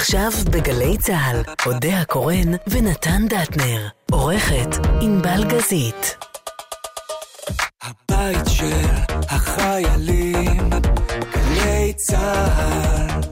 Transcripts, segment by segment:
עכשיו בגלי צהל, אודה הקורן ונתן דטנר. עורכת ענבל גזית. הבית של החיילים, גלי צהל.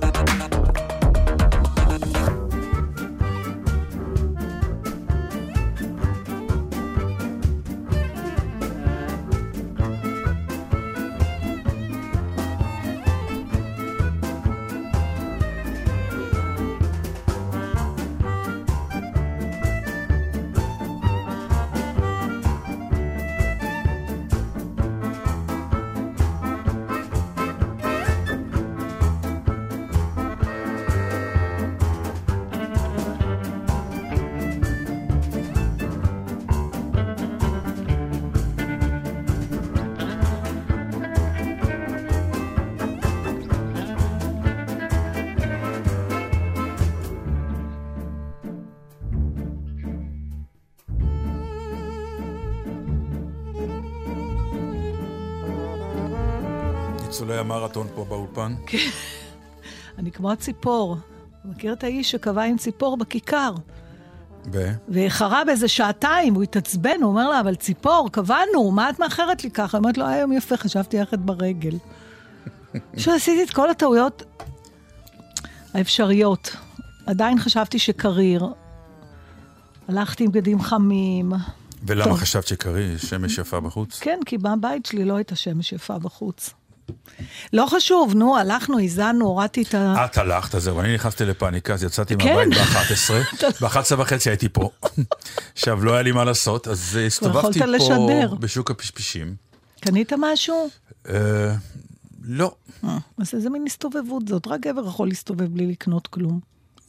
ניצולי המרתון פה באולפן. כן. אני כמו הציפור. מכיר את האיש שקבע עם ציפור בכיכר? וחרב איזה שעתיים, הוא התעצבן, הוא אומר לה, אבל ציפור, קבענו, מה את מאחרת לי ככה? אמרת לו, היום יפה, חשבתי ללכת ברגל. שעשיתי את כל הטעויות האפשריות. עדיין חשבתי שקריר. הלכתי עם בגדים חמים. ולמה חשבת שקריר? שמש יפה בחוץ? כן, כי בבית שלי לא הייתה שמש יפה בחוץ. לא חשוב, נו, הלכנו, הזענו, הורדתי את ה... את הלכת, אז אני נכנסתי לפאניקה, אז יצאתי מהבית ב-11, ב-11:30 הייתי פה. עכשיו, לא היה לי מה לעשות, אז הסתובבתי פה בשוק הפשפישים. קנית משהו? לא. אז איזה מין הסתובבות זאת? רק גבר יכול להסתובב בלי לקנות כלום.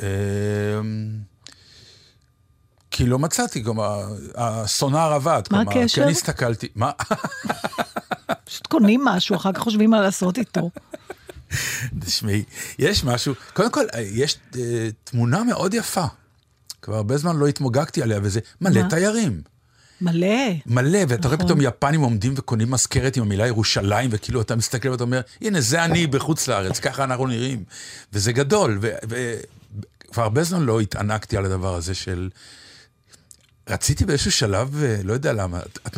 כי לא מצאתי, גם הסונר עבד. מה הקשר? כי אני הסתכלתי, מה? פשוט קונים משהו, אחר כך חושבים מה לעשות איתו. תשמעי, יש משהו, קודם כל, יש תמונה מאוד יפה. כבר הרבה זמן לא התמוגגתי עליה, וזה מלא תיירים. מלא. מלא, ואתה רואה פתאום יפנים עומדים וקונים מזכרת עם המילה ירושלים, וכאילו אתה מסתכל ואתה אומר, הנה, זה אני בחוץ לארץ, ככה אנחנו נראים. וזה גדול, וכבר הרבה זמן לא התענקתי על הדבר הזה של... רציתי באיזשהו שלב, לא יודע למה,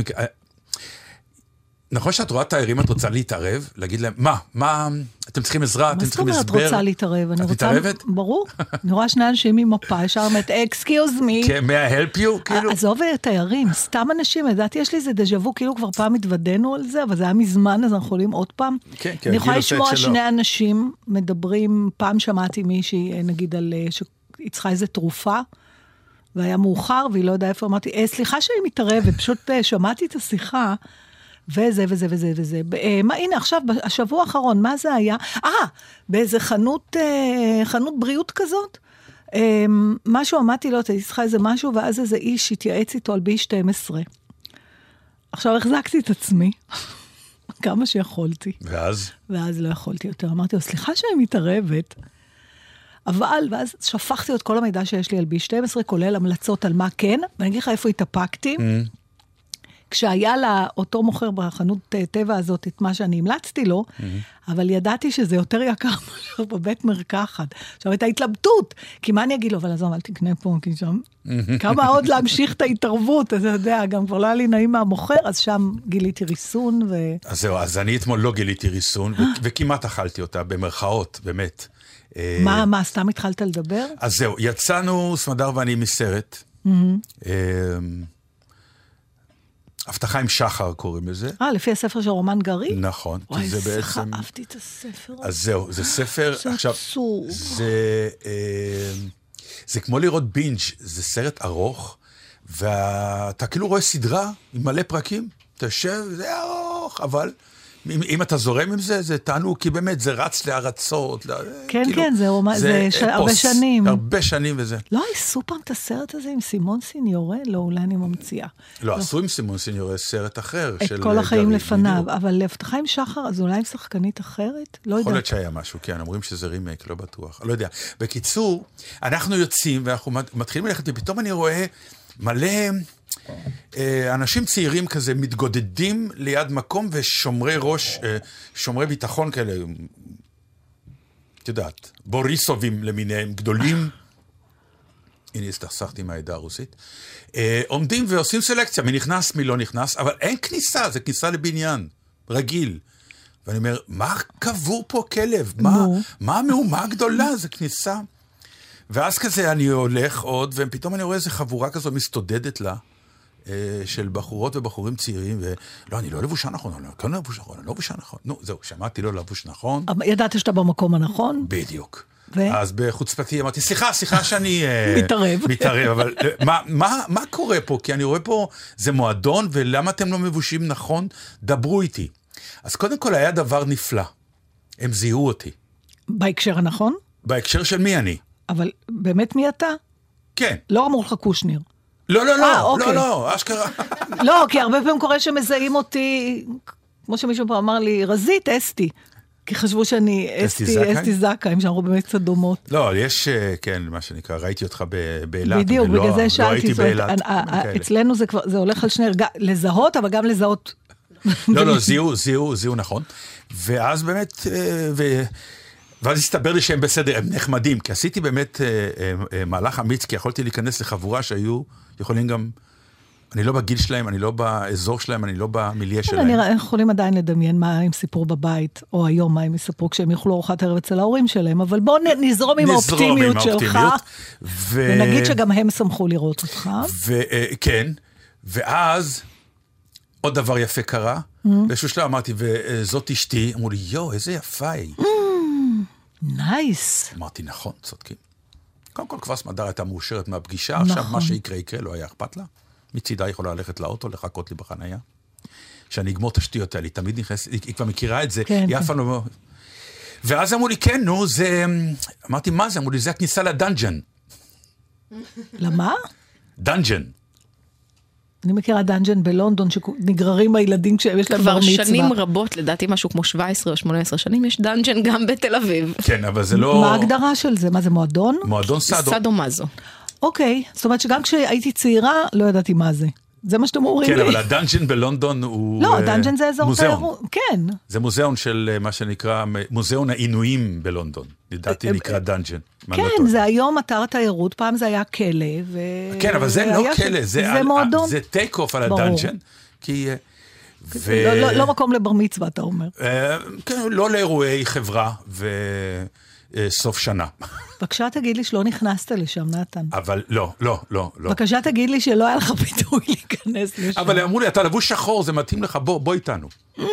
נכון שאת רואה תיירים, את רוצה להתערב, להגיד להם, מה, אתם צריכים עזרה, אתם צריכים הסבר? מה זאת אומרת רוצה להתערב? את מתערבת? ברור, אני רואה שני אנשים עם מפה, ישר אומרת, excuse me. כן, may I help you? כאילו? עזוב תיירים, סתם אנשים, לדעתי יש לי איזה דז'וו, כאילו כבר פעם התוודענו על זה, אבל זה היה מזמן, אז אנחנו יכולים עוד פעם. כן, כן, אני יכולה לשמוע שני אנשים מדברים, פעם שמעתי מישהי, נגיד על, שהיא צריכה איזה תרופה, והיה מאוחר, והיא לא יודעה איפה, אמרתי, סליחה שאני מתערבת, פשוט שמעתי את השיחה, וזה וזה וזה וזה. מה, הנה, עכשיו, השבוע האחרון, מה זה היה? באיזה חנות בריאות כזאת, משהו, אמרתי לו, אתה צריכה איזה משהו, ואז איזה איש התייעץ איתו על B12. עכשיו, החזקתי את עצמי, כמה שיכולתי. ואז לא יכולתי יותר. אמרתי לו, סליחה שאני מתערבת, אבל, ואז שפכתי את כל המידע שיש לי על B12, כולל המלצות על מה כן, ואני אגיד לך איפה התאפקתי, כשהיה לה אותו מוכר בחנות טבע הזאת את מה שאני המלצתי לו, אבל ידעתי שזה יותר יקר מאשר בבית מרקחת. עכשיו, הייתה התלבטות, כי מה אני אגיד לו, אבל עזוב, אל תקנה פה, כי שם, כמה עוד להמשיך את ההתערבות, אז אתה יודע, גם כבר לא היה לי נעים מהמוכר, אז שם גיליתי ריסון. אז זהו, אז אני אתמול לא גיליתי ריסון, וכמעט אכלתי אותה, במרכאות, באמת. מה, סתם התחלת לדבר? אז זהו, יצאנו, סמדר ואני מסרט, הבטחה עם שחר קוראים לזה. לפי הספר של רומן גרי? נכון. וואי, סליחה, אהבתי את הספר. אז זהו, זה ספר, עכשיו, זה כמו לראות בינג', זה סרט ארוך, ואתה כאילו רואה סדרה עם מלא פרקים, אתה יושב, זה ארוך, אבל אם אתה זורם עם זה, זה תענוג, כי באמת זה רץ לארצות. כן, כן, זה הרבה שנים. הרבה שנים וזה. לא, עשו פעם את הסרט הזה עם סימון סיניורה? לא, אולי אני ממציאה. לא, עשו עם סימון סיניורה סרט אחר. את כל החיים לפניו, אבל להבטחה עם שחר, אז אולי עם שחקנית אחרת? לא יודע. יכול להיות שהיה משהו, כן, אומרים שזה רימייק, לא בטוח. לא יודע. בקיצור, אנחנו יוצאים, ואנחנו מתחילים ללכת, ופתאום אני רואה מלא אנשים צעירים כזה מתגודדים ליד מקום ושומרי ראש, שומרי ביטחון כאלה, את יודעת, בוריסובים למיניהם גדולים, הנה הסתכסכתי מהעדה הרוסית, עומדים ועושים סלקציה, מי נכנס, מי לא נכנס, אבל אין כניסה, זה כניסה לבניין, רגיל. ואני אומר, מה קבור פה כלב? מה המהומה הגדולה? זה כניסה. ואז כזה אני הולך עוד, ופתאום אני רואה איזו חבורה כזו מסתודדת לה, של בחורות ובחורים צעירים, ולא, אני לא לבושה נכון, אני לא לבוש נכון, אני לא לבושה נכון. נו, זהו, שמעתי לא לבוש נכון. ידעת שאתה במקום הנכון? בדיוק. אז בחוצפתי אמרתי, סליחה שאני מתערב, אבל מה קורה פה? כי אני רואה פה, זה מועדון, ולמה אתם לא מבושים נכון? דברו איתי. אז קודם כל היה דבר נפלא. הם זיהו אותי. בהקשר הנכון? בהקשר של מי אני. אבל באמת מי אתה? כן. לא אמרו לך קושניר. לא, אשכרה. לא, כי הרבה פעמים קורה שמזהים אותי, כמו שמישהו פה אמר לי, רזית, אסתי. כי חשבו שאני אסתי זקה, אם שאמרו באמת קצת דומות. לא, יש, כן, מה שנקרא, ראיתי אותך באילת. בדיוק, בגלל זה שאלתי. לא הייתי באילת. אצלנו זה הולך על שני, לזהות, אבל גם לזהות. לא, זיהו נכון. ואז באמת, ואז הסתבר לי שהם בסדר, הם נחמדים, כי עשיתי באמת מהלך אמיץ, כי יכולתי להיכנס לחבורה שהיו יכולים גם, אני לא בגיל שלהם, אני לא באזור שלהם, אני לא במיליה שלהם. אנחנו יכולים עדיין לדמיין מה הם סיפרו בבית, או היום מה הם יספרו כשהם יאכלו ארוחת ערב אצל ההורים שלהם, אבל בואו נזרום עם האופטימיות שלך, ונגיד שגם הם שמחו לראות אותך. כן, ואז עוד דבר יפה קרה, באיזשהו שלב אמרתי, וזאת אשתי, אמרו לי, איזה יפה היא. נייס. אמרתי, נכון, צודקים. קודם כל, כבש מדר הייתה מאושרת מהפגישה, עכשיו מה שיקרה יקרה, לא היה אכפת לה. מצידה יכולה ללכת לאוטו, לחכות לי בחנייה. שאני אגמור תשתיות האלה, היא תמיד נכנסת, היא כבר מכירה את זה, היא אף פעם לא... ואז אמרו לי, כן, נו, זה... אמרתי, מה זה? אמרו לי, זה הכניסה לדנג'ן. למה? דנג'ן. אני מכירה דנג'ן בלונדון, שנגררים הילדים כשיש להם בר מצווה. כבר שנים רבות, לדעתי משהו כמו 17 או 18 שנים, יש דנג'ן גם בתל אביב. כן, אבל זה לא... מה ההגדרה של זה? מה זה, מועדון? מועדון סאדו. סאדו מזו. אוקיי, זאת אומרת שגם כשהייתי צעירה, לא ידעתי מה זה. זה מה שאתם אומרים לי. כן, אבל הדנג'ן בלונדון הוא... לא, הדנג'ן זה אזור תיירות. כן. זה מוזיאון של מה שנקרא, מוזיאון העינויים בלונדון. לדעתי נקרא דנג'ן. כן, זה היום אתר תיירות, פעם זה היה כלא. כן, אבל זה לא כלא, זה מועדון. זה טייק אוף על הדנג'ן. כי... לא מקום לבר מצווה, אתה אומר. כן, לא לאירועי חברה וסוף שנה. בבקשה תגיד לי שלא נכנסת לשם, נתן. אבל לא. בבקשה תגיד לי שלא היה לך פיתוי להיכנס לשם. אבל אמרו לי, אתה לבוש שחור, זה מתאים לך, בוא איתנו.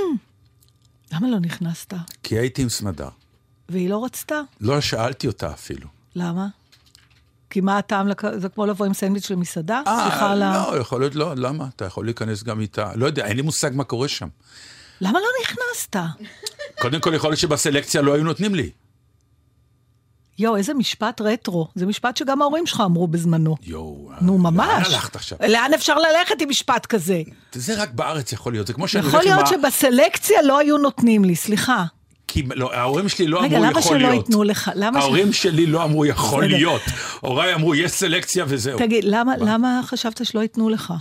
למה לא נכנסת? כי הייתי עם סמדר. והיא לא רצתה? לא שאלתי אותה אפילו. למה? כי מה הטעם, זה כמו לבוא עם סנדוויץ' למסעדה? לא, יכול להיות לא, למה? אתה יכול להיכנס גם איתה. לא יודע, אין לי מושג מה קורה שם. למה לא נכנסת? קודם כל יכול להיות שבסלקציה לא היו נותנים לי. איזה משפט רטרו. זה משפט שגם ההורים שלך אמרו בזמנו. נו, ממש. לאן הלכת עכשיו? לאן אפשר ללכת עם משפט כזה? זה רק בארץ יכול להיות. זה כמו שאני יכול להיות שבסלקציה לא היו נותנים לי, סליחה. כי ההורים שלי לא אמרו יכול להיות. רגע, למה שלא ייתנו לך? ההורים שלי לא אמרו יכול להיות. הוריי אמרו יש סלקציה וזהו. תגיד, למה חשבת שלא ייתנו לך?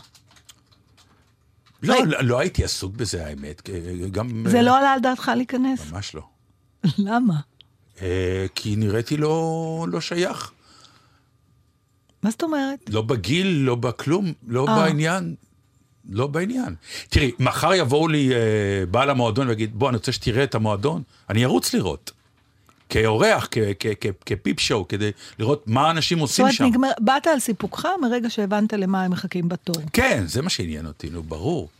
לא הייתי עסוק בזה, האמת. זה לא עלה על דעתך להיכנס? ממש לא. למה? כי נראיתי לא שייך. מה זאת אומרת? לא בגיל, לא בכלום, לא בעניין. תראי, מחר יבואו לי בעל המועדון ויגיד, בוא, אני רוצה שתראה את המועדון, אני ארוץ לראות. כאורח, כפיפ שואו, כדי לראות מה אנשים עושים שם. באת על סיפוקך מרגע שהבנת למה הם מחכים בתור. כן, זה מה שעניין אותי, ברור.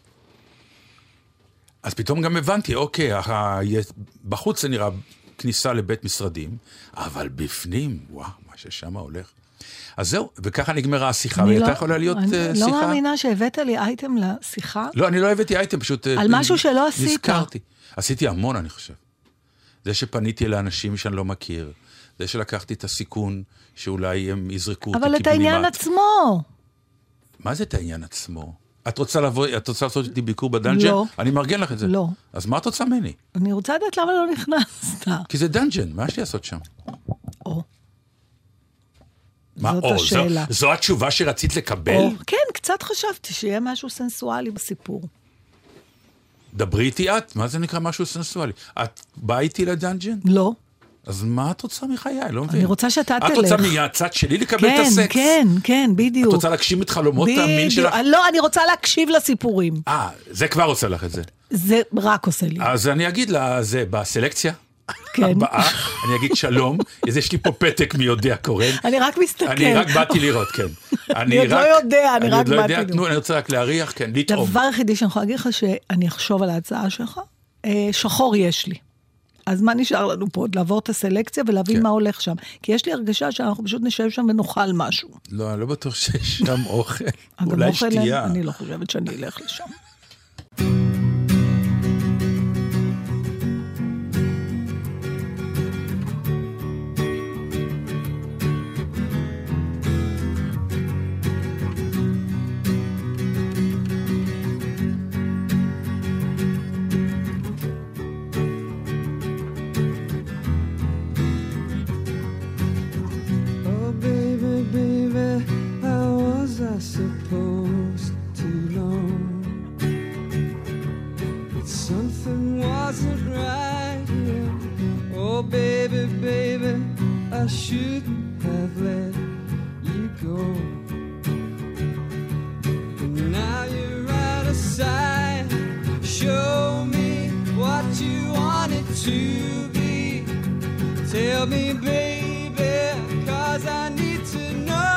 אז פתאום גם הבנתי, אוקיי, בחוץ זה נראה כניסה לבית משרדים, אבל בפנים, וואו, מה ששם הולך. אז זהו, וככה נגמרה השיחה, והייתה יכולה להיות שיחה. אני לא מאמינה שהבאת לי אייטם לשיחה. לא, אני לא הבאתי אייטם, פשוט... על משהו שלא עשית. נזכרתי. עשיתי המון, אני חושב. זה שפניתי לאנשים שאני לא מכיר, זה שלקחתי את הסיכון, שאולי הם יזרקו אותי. אבל את העניין עצמו. מה זה את העניין עצמו? את רוצה לעשות איתי ביקור בדנג'ן? לא. אני מארגן לך את זה. לא. אז מה את רוצה ממני? אני רוצה לדעת למה לא נכנסת. כי זה דנג'ן, מה יש לי לעשות שם? זאת השאלה. זו התשובה שרצית לקבל? כן, קצת חשבתי שיהיה משהו סנסואלי בסיפור. דברי איתי את, מה זה נקרא משהו סנסואלי? את באה איתי לדנג'ן? לא. אז מה את רוצה מחיי? לא מבין. אני רוצה שאתה תלך. את רוצה מהצד שלי לקבל את הסקס? כן, בדיוק. את רוצה להגשים את חלומות המין שלך? לא, אני רוצה להקשיב לסיפורים. זה כבר עושה לך את זה. זה רק עושה לי. אז אני אגיד לה, זה בסלקציה. כן. הבאה, אני אגיד שלום, אז יש לי פה פתק מי יודע קורן. אני רק מסתכל. אני רק באתי לראות, כן. אני עוד לא יודע, אני רק באתי לראות. תנו, אני רוצה רק להריח, כן, לטעום. דבר היחידי שאני יכולה להגיד לך שאני אחשוב על ההצעה שלך, שחור יש לי. אז מה נשאר לנו פה? עוד לעבור את הסלקציה ולהבין מה הולך שם. כי יש לי הרגשה שאנחנו פשוט נשב שם ונאכל משהו. לא, אני לא בטוח שיש שם אוכל. אולי שתייה. אני לא חושבת שאני אלך לשם. Supposed to know that something wasn't right here. Oh baby, baby, I shouldn't have let you go. And now you're out of sight. Show me what you want it to be. Tell me, baby, 'cause I need to know.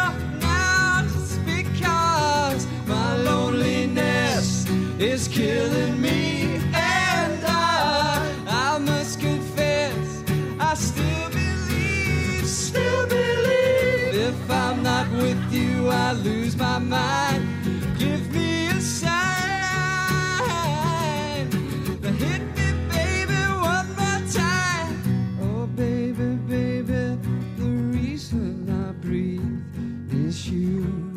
My loneliness is killing me, and I must confess, I still believe, if I'm not with you, I lose my mind. Give me a sign, hit me, baby, one more time. Oh, baby, baby, the reason I breathe is you.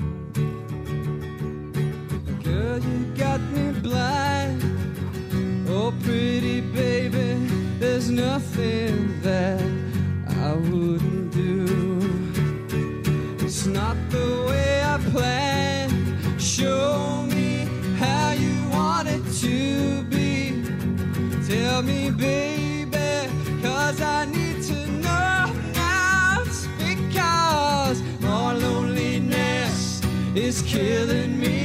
Girl, you got me blind. Oh, pretty baby, there's nothing that I wouldn't do. It's not the way I planned. Show me how you want it to be. Tell me, baby, 'cause I need to know now. It's because more loneliness is killing me.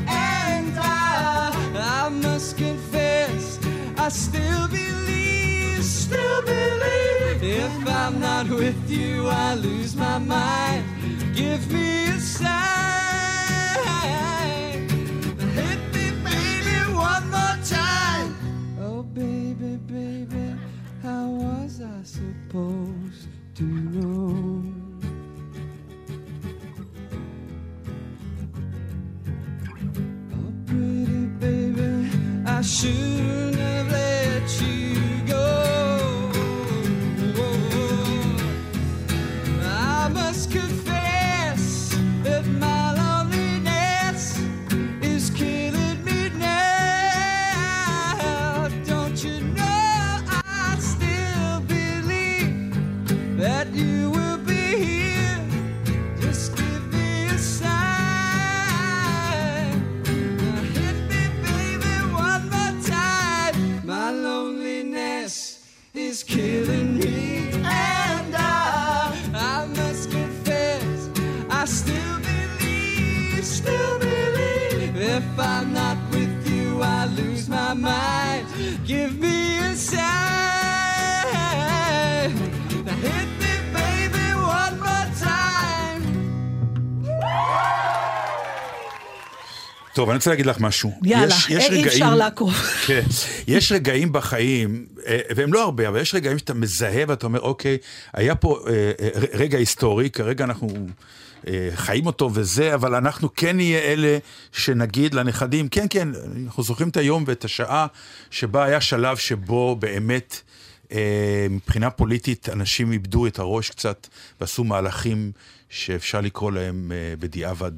I must confess, I still believe, if I'm not with you, I lose my mind. Give me a sign, hit me, baby, one more time. Oh, baby, baby, how was I supposed to know? I shouldn't have let you go. I must confess that my loneliness is killing me now. Don't you know I still believe that you will be here. Just give me a sign. Hit me, baby, one more time. My loneliness is killing me, and I must confess, I still believe, if I'm not with you, I lose my mind. Give me a sign. Now hit me, baby, one more time. טוב, אני רוצה להגיד לך משהו. יאללה, אי אפשר לעקוב. כן, יש רגעים בחיים, והם לא הרבה, אבל יש רגעים שאתה מזהה ואתה אומר, אוקיי, היה פה רגע היסטורי, כרגע אנחנו חיים אותו וזה, אבל אנחנו כן נהיה אלה שנגיד לנכדים, כן, כן, אנחנו זוכרים את היום ואת השעה שבה היה שלב שבו באמת מבחינה פוליטית אנשים איבדו את הראש קצת ועשו מהלכים שאפשר לקרוא להם בדיעבד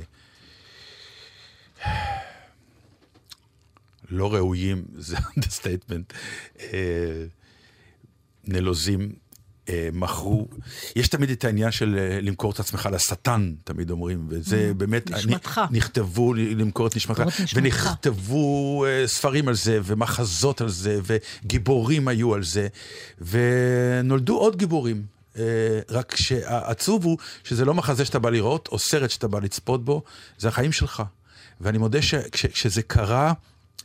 לא ראויים, זה אנדרסטייטמנט, נלוזים, מכרו, יש תמיד את העניין של למכור את עצמך לשטן, תמיד אומרים, וזה באמת, נשמתך. נכתבו למכור את נשמתך, ונכתבו ספרים על זה, ומחזות על זה, וגיבורים היו על זה, ונולדו עוד גיבורים, רק שהעצוב הוא שזה לא מחזה שאתה בא לראות, או סרט שאתה בא לצפות בו, זה החיים שלך. ואני מודה שכשזה קרה,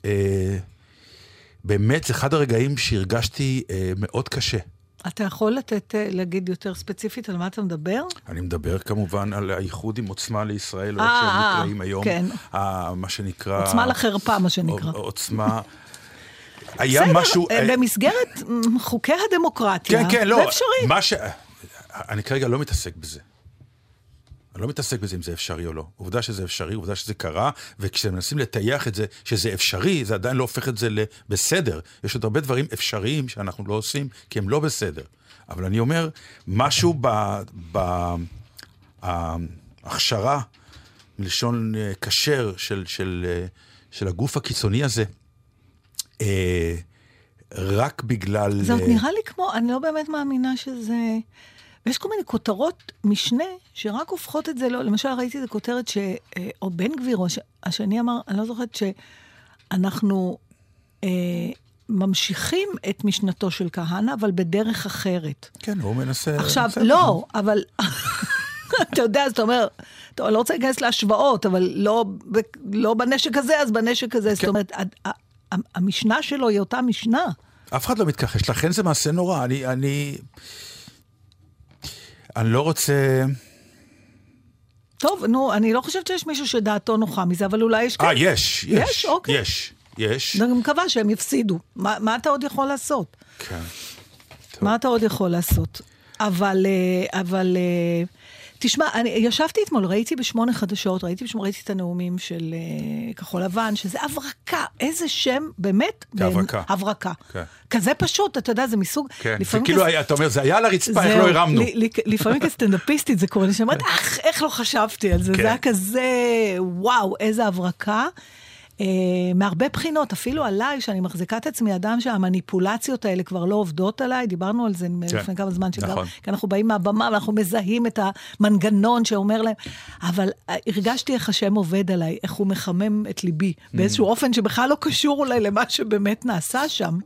באמת זה אחד הרגעים שהרגשתי מאוד קשה. אתה יכול להגיד יותר ספציפית על מה אתה מדבר? אני מדבר כמובן על האיחוד עם עוצמה לישראל, או שהם נקראים היום, כן. מה שנקרא... עוצמה לחרפה, מה שנקרא. עוצמה... היה משהו... במסגרת חוקי הדמוקרטיה, כן, כן, לא. זה אפשרי. אני כרגע לא מתעסק בזה. אני לא מתעסק בזה אם זה אפשרי או לא. עובדה שזה אפשרי, עובדה שזה קרה, וכשמנסים לטייח את זה, שזה אפשרי, זה עדיין לא הופך את זה לבסדר. יש עוד הרבה דברים אפשריים שאנחנו לא עושים, כי הם לא בסדר. אבל אני אומר, משהו בהכשרה, מלשון קשר של הגוף הקיצוני הזה, רק בגלל... זה נראה לי כמו, אני לא באמת מאמינה שזה... ויש כל מיני כותרות משנה שרק הופכות את זה, לא, למשל ראיתי את הכותרת או בן גביר, או השני אמר, אני לא זוכרת שאנחנו ממשיכים את משנתו של כהנא, אבל בדרך אחרת. כן, הוא מנסה... עכשיו, לא, אבל... אתה יודע, אז אתה אומר, טוב, אני לא רוצה להיכנס להשוואות, אבל לא בנשק הזה, אז בנשק הזה. זאת אומרת, המשנה שלו היא אותה משנה. אף אחד לא מתכחש, לכן זה מעשה נורא. אני לא רוצה... טוב, נו, אני לא חושבת שיש מישהו שדעתו נוחה מזה, אבל אולי יש כאן. יש. יש? אוקיי. יש. אני מקווה שהם יפסידו. מה אתה עוד יכול לעשות? כן. מה אתה עוד יכול לעשות? אבל, תשמע, אני ישבתי אתמול, ראיתי ב8 חדשות, ראיתי את הנאומים של כחול לבן, שזה הברקה, איזה שם, באמת? הברקה. כזה פשוט, אתה יודע, זה מסוג... כן, זה כאילו, אתה אומר, זה היה על הרצפה, איך לא הרמנו? לפעמים כסטנדאפיסטית זה קורה, אני שמעת, איך לא חשבתי על זה, זה היה כזה, וואו, איזה הברקה. מהרבה בחינות, אפילו עליי, שאני מחזיקה את עצמי אדם שהמניפולציות האלה כבר לא עובדות עליי, דיברנו על זה לפני כמה זמן, כי אנחנו באים מהבמה ואנחנו מזהים את המנגנון שאומר להם, אבל הרגשתי איך השם עובד עליי, איך הוא מחמם את ליבי, באיזשהו אופן שבכלל לא קשור אולי למה שבאמת נעשה שם.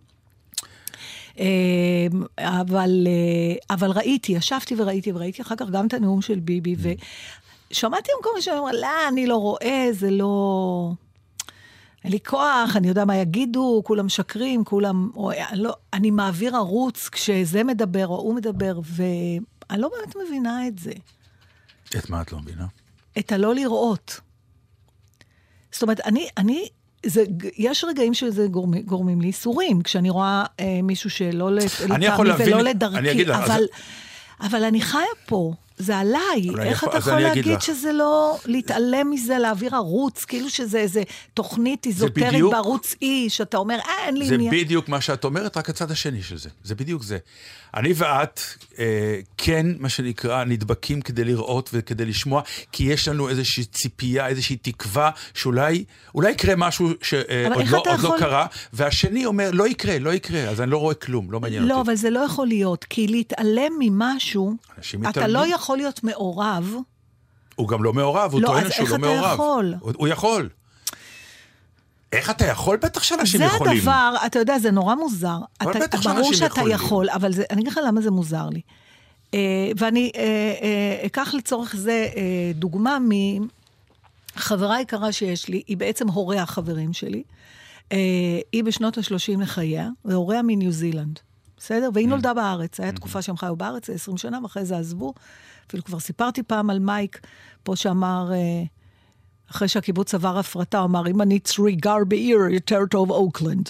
אבל ראיתי, ישבתי וראיתי אחר כך גם את הנאום של ביבי, ושמעתי במקום שאומר, לא, אני לא רואה, זה לא... אין לי כוח, אני יודע מה יגידו, כולם שקרים, אני מעביר ערוץ כשזה מדבר או הוא מדבר, ואני לא באמת מבינה את זה. את מה את לא מבינה? את הלא לראות. זאת אומרת, יש רגעים שזה גורמים לי איסורים, כשאני רואה מישהו שלא לטעמי ולא לדרכי, אבל אני חיה פה. זה עליי, איך אתה יכול להגיד שזה לא להתעלם מזה, להעביר ערוץ, כאילו שזה איזה תוכנית איזוטרית בערוץ אי, שאתה אומר, אין לי... זה בדיוק מה שאת אומרת, רק הצד השני של זה. זה בדיוק זה. אני ואת, כן, מה שנקרא, נדבקים כדי לראות וכדי לשמוע, כי יש לנו איזושהי ציפייה, איזושהי תקווה, שאולי יקרה משהו שעוד לא קרה, והשני אומר, לא יקרה, אז אני לא רואה כלום, לא מעניין אותי. לא, אבל זה לא יכול להיות, כי להתעלם ממשהו, אתה לא יכול להיות מעורב. הוא גם לא מעורב, הוא טוען שהוא לא מעורב. אז איך אתה יכול? הוא יכול. איך אתה יכול? בטח שאנשים יכולים. זה הדבר, אתה יודע, זה נורא מוזר. אבל בטח שאנשים יכולים. ברור שאתה יכול, אבל אני אגיד לך למה זה מוזר לי. ואני אקח לצורך זה דוגמה מחברה יקרה שיש לי, היא בעצם הוריה החברים שלי. היא בשנות ה-30 לחייה, והוריה מניו זילנד. בסדר? והיא נולדה בארץ. היה תקופה שהם חיו בארץ, 20 שנה, ואחרי זה עזבו. אפילו כבר סיפרתי פעם על מייק, פה שאמר... אחרי שהקיבוץ עבר הפרטה, הוא אמר, אם אני צריגר בעיר, יותר טוב אוקלנד.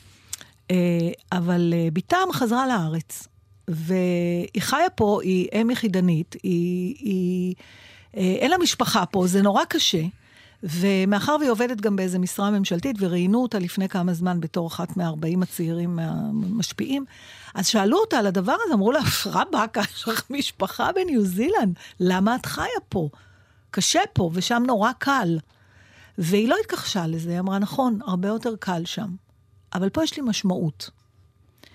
אבל ביתם חזרה לארץ, והיא חיה פה, היא אם יחידנית, אין לה משפחה פה, זה נורא קשה, ומאחר והיא עובדת גם באיזו משרה ממשלתית, וראינו אותה לפני כמה זמן בתור אחת מה-40 הצעירים המשפיעים, אז שאלו אותה על הדבר הזה, אמרו לה, רבאק, יש לך משפחה בניו זילנד, למה את חיה פה? קשה פה, ושם נורא קל. והיא לא התכחשה לזה, היא אמרה, נכון, הרבה יותר קל שם. אבל פה יש לי משמעות.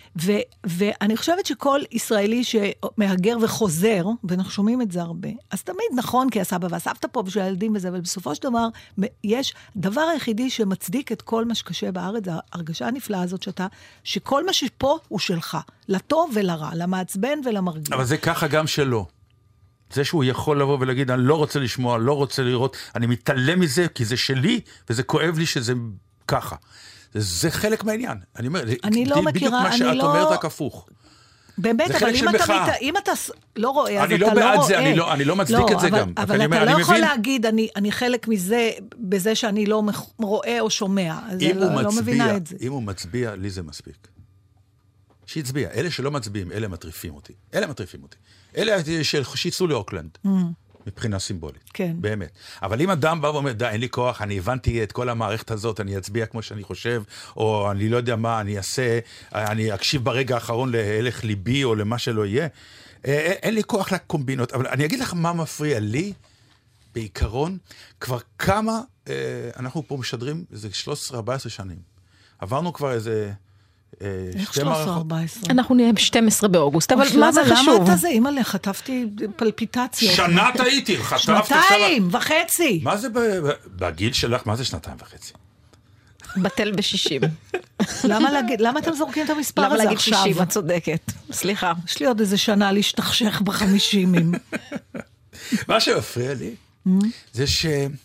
ואני חושבת שכל ישראלי שמהגר וחוזר, ואנחנו שומעים את זה הרבה, אז תמיד נכון, כי הסבא והסבתא פה בשביל הילדים וזה, אבל בסופו של דבר, יש דבר היחידי שמצדיק את כל מה שקשה בארץ, ההרגשה הנפלאה הזאת שכל מה שפה הוא שלך, לטוב ולרע, למעצבן ולמרגיע. אבל זה ככה גם שלו. זה שהוא יכול לבוא ולהגיד, אני לא רוצה לשמוע, לא רוצה לראות, אני מתעלם מזה, כי זה שלי, וזה כואב לי שזה ככה. זה חלק מהעניין. אני אומר, אני לא מכירה, בדיוק מה שאת אומרת רק הפוך. באמת, אבל אם אתה לא רואה, אז אתה לא רואה. אני לא בעד זה, אני לא מצדיק את זה גם. אבל אתה לא יכול להגיד, אני חלק מזה, בזה שאני לא רואה או שומע. אז לא מבינה את זה. אם הוא מצביע, לי זה מספיק. שיצביע. אלה שלא מצביעים, אלה מטריפים אותי. אלה שיצאו לאוקלנד. מבחינה סימבולית. כן. באמת. אבל אם אדם בא ואומר, די, אין לי כוח, אני הבנתי את כל המערכת הזאת, אני אצביע כמו שאני חושב, או אני לא יודע מה, אני אעשה, אני אקשיב ברגע האחרון להלך ליבי, או למה שלא יהיה, אין לי כוח לקומבינות. אבל אני אגיד לך מה מפריע לי, בעיקרון, כבר כמה, אנחנו פה משדרים, איזה 13-14 שנים. עברנו כבר איזה... איך 13-14? אנחנו נהיה 12 באוגוסט, אבל מה זה חשוב? למה אתה זה? אימא'לה, חטפתי פלפיטציות. שנה טעיתי, חטפתי... 2.5. מה זה בגיל שלך? מה זה 2.5? בטל ב-60. למה אתם זורקים את המספר הזה למה עכשיו? להגיד 60? את צודקת. סליחה. יש לי עוד איזה שנה להשתכשך ב-50. מה שמפריע לי, זה ש...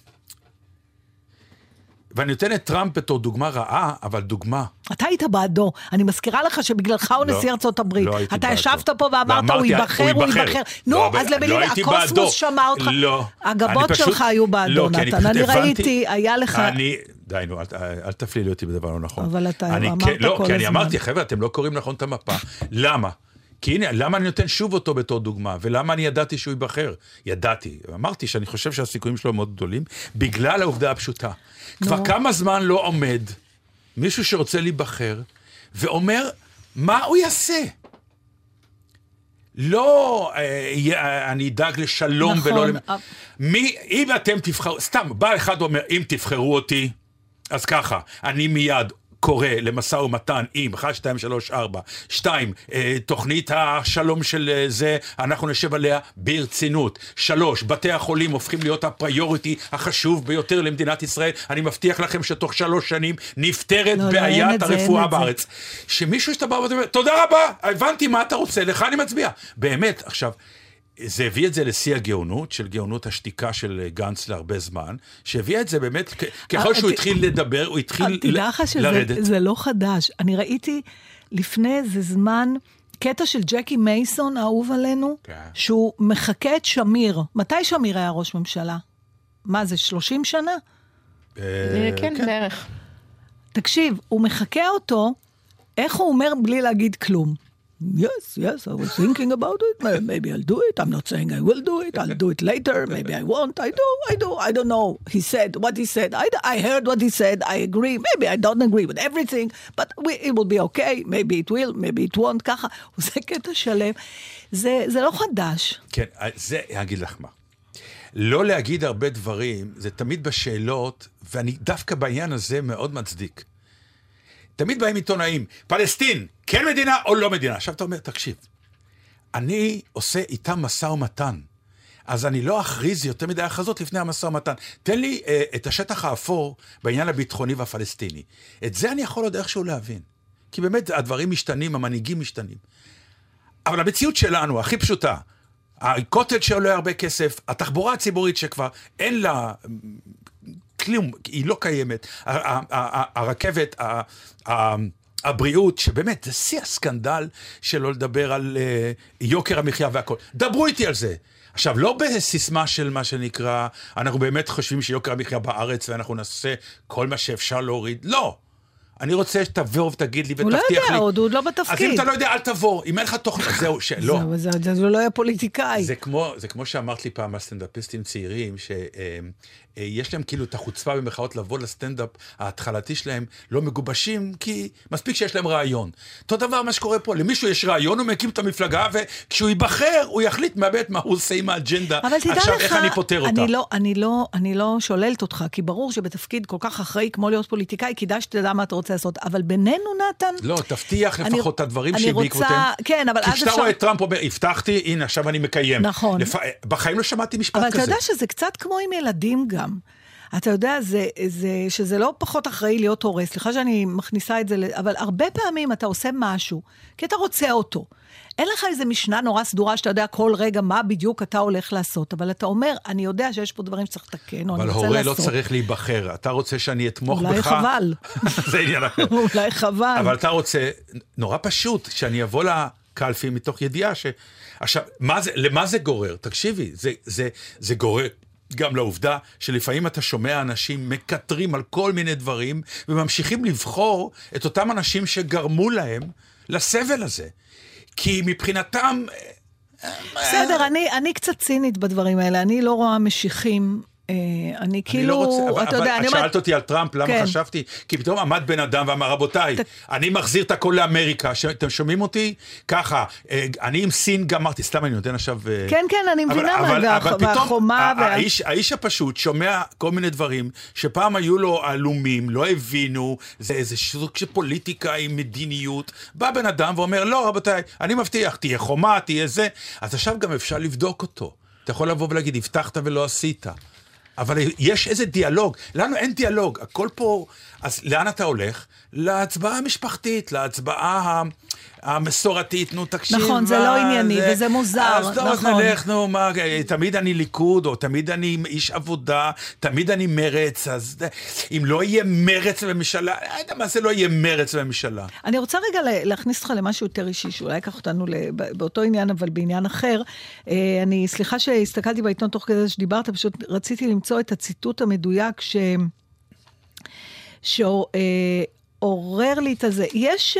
ואני נותן את טראמפ בתור דוגמה רעה, אבל דוגמה. אתה היית בעדו. אני מזכירה לך שבגללך הוא נשיא ארצות הברית. לא הייתי אתה בעדו. ישבת פה ואמרת, הוא ייבחר. נו, אז למילים, הקוסמוס שמע אותך. לא. הגבות שלך היו בעדו, נתן. אני ראיתי, היה לך... די, נו, אל תפלילי אותי בדבר לא נכון. אבל אתה אמרת כל הזמן. לא, כי אני אמרתי, חבר'ה, אתם לא קוראים נכון את המפה. למה? כי הנה, למה אני נותן שוב אותו בתור דוגמה, ולמה אני ידעתי שהוא ייבחר? ידעתי. אמרתי שאני חושב שהסיכויים שלו מאוד גדולים, בגלל העובדה הפשוטה. כבר כמה זמן לא עומד מישהו שרוצה להיבחר, ואומר, מה הוא יעשה? לא, אני אדאג לשלום ולא... אם אתם תבחרו, סתם, בא אחד ואומר, אם תבחרו אותי, אז ככה, אני מיד... קורא למשא ומתן עם 1, 2, 3, 4, 2, תוכנית השלום של זה, אנחנו נשב עליה ברצינות. 3, בתי החולים הופכים להיות הפריוריטי החשוב ביותר למדינת ישראל. אני מבטיח לכם שתוך 3 שנים נפטרת בעיית הרפואה בארץ. שמישהו ישתבר ואומר, תודה רבה, הבנתי מה אתה רוצה, לך אני מצביע. באמת, עכשיו... זה הביא את זה לשיא הגאונות, של גאונות השתיקה של גנץ להרבה זמן, שהביא את זה באמת, ככל שהוא התחיל לדבר, הוא התחיל לרדת. תדע לך שזה לא חדש. אני ראיתי לפני איזה זמן, קטע של ג'קי מייסון, האהוב עלינו, שהוא מחכה את שמיר. מתי שמיר היה ראש ממשלה? מה זה, 30 שנה? כן, בערך. תקשיב, הוא מחכה אותו, איך הוא אומר בלי להגיד כלום? Yes, I was thinking about it. Maybe I'll do it. I'm not saying I will do it. I'll do it later. Maybe I won't. I don't know. He said what he said. I heard what he said. I agree. Maybe I don't agree with everything, but it will be okay. Maybe it will, maybe it won't. ככה. זה קטע שלם. זה לא חדש. כן, זה אגיד לך מה. לא להגיד הרבה דברים, זה תמיד בשאלות, ואני דווקא בעניין הזה מאוד מצדיק. תמיד באים עיתונאים, פלסטין, כן מדינה או לא מדינה. עכשיו אתה אומר, תקשיב, אני עושה איתם מסע ומתן, אז אני לא אכריז יותר מדי הכרזות לפני המסע ומתן. תן לי את השטח האפור בעניין הביטחוני והפלסטיני. את זה אני יכול עוד איכשהו להבין. כי באמת הדברים משתנים, המנהיגים משתנים. אבל המציאות שלנו, הכי פשוטה, הקוטל שעולה הרבה כסף, התחבורה הציבורית שכבר אין לה... כלום, היא לא קיימת. הרכבת, הבריאות, שבאמת, זה שיא הסקנדל שלא לדבר על יוקר המחיה והכל. דברו איתי על זה. עכשיו, לא בסיסמה של מה שנקרא, אנחנו באמת חושבים שיוקר המחיה בארץ, ואנחנו נעשה כל מה שאפשר להוריד. לא. אני רוצה שתבוא ותגיד לי ותבטיח לי. הוא לא יודע, הוא לא בתפקיד. אז אם אתה לא יודע, אל תבוא. אם אין לך תוכנית, זהו, שלא. זה לא היה פוליטיקאי. זה כמו שאמרת לי פעם על סטנדאפיסטים צעירים, יש להם כאילו את החוצפה במחאות לבוא לסטנדאפ ההתחלתי שלהם, לא מגובשים, כי מספיק שיש להם רעיון. אותו דבר מה שקורה פה, למישהו יש רעיון, הוא מקים את המפלגה, וכשהוא ייבחר, הוא יחליט מהבית מה הוא עושה עם האג'נדה. עכשיו, איך אני פותר אותה? אני לא שוללת אותך, כי ברור שבתפקיד כל כך אחראי, כמו להיות פוליטיקאי, כדאי שתדע מה אתה רוצה לעשות, אבל בינינו, נתן... לא, תבטיח לפחות את הדברים שבעקבותיהם. כן, אבל כי כשאתה רואה את טראמפ אומר, הבטחתי, הנה, עכשיו אני מקיים. נכון. בחיים לא שמעתי משפט כזה. אבל אתה יודע שזה קצת כמו עם ילדים גם. אתה יודע, שזה לא פחות אחראי להיות הורס. סליחה שאני מכניסה את זה, אבל הרבה פעמים אתה עושה משהו, כי אתה רוצה אותו. אין לך איזה משנה נורא סדורה שאתה יודע כל רגע מה בדיוק אתה הולך לעשות, אבל אתה אומר, אני יודע שיש פה דברים שצריך לתקן, או אני רוצה לעשות. אבל הורה לא צריך להיבחר, אתה רוצה שאני אתמוך בך. אולי חבל. זה עניין אחר. אולי חבל. אבל אתה רוצה, נורא פשוט, שאני אבוא לקלפי מתוך ידיעה ש... עכשיו, למה זה גורר? תקשיבי, זה גורר גם לעובדה שלפעמים אתה שומע אנשים מקטרים על כל מיני דברים, וממשיכים לבחור את אותם אנשים שגרמו להם לסבל הזה. כי מבחינתם... בסדר, אני קצת צינית בדברים האלה, אני לא רואה משיכים, אני כאילו, אתה יודע, את שאלת אותי על טראמפ, למה חשבתי? כי פתאום עמד בן אדם ואמר, רבותיי, אני מחזיר את הכל לאמריקה, אתם שומעים אותי? ככה, אני עם סין גם אמרתי, סתם אני נותן עכשיו... כן, אני מבינה מה, והחומה... האיש הפשוט שומע כל מיני דברים, שפעם היו לו עלומים, לא הבינו, זה איזה סוג של פוליטיקה עם מדיניות, בא בן אדם ואומר, לא, רבותיי, אני מבטיח, תהיה חומה, תהיה זה, אז עכשיו גם אפשר לבדוק אותו. אתה יכול לבוא ולהגיד, הבטחת ולא עשית. אבל יש איזה דיאלוג, לנו אין דיאלוג, הכל פה, אז לאן אתה הולך? להצבעה המשפחתית, להצבעה המסורתית, נו תקשיב. נכון, זה לא ענייני, וזה מוזר. אז טוב, אז נלך, נו, תמיד אני ליכוד, או תמיד אני איש עבודה, תמיד אני מרץ, אז אם לא יהיה מרץ בממשלה, מה זה לא יהיה מרץ בממשלה? אני רוצה רגע להכניס אותך למשהו יותר אישי, שאולי ייקח אותנו באותו עניין, אבל בעניין אחר. סליחה שהסתכלתי בעיתון תוך כדי שדיברת, פשוט רציתי למצוא את הציטוט המדויק שעורר לי את הזה. יש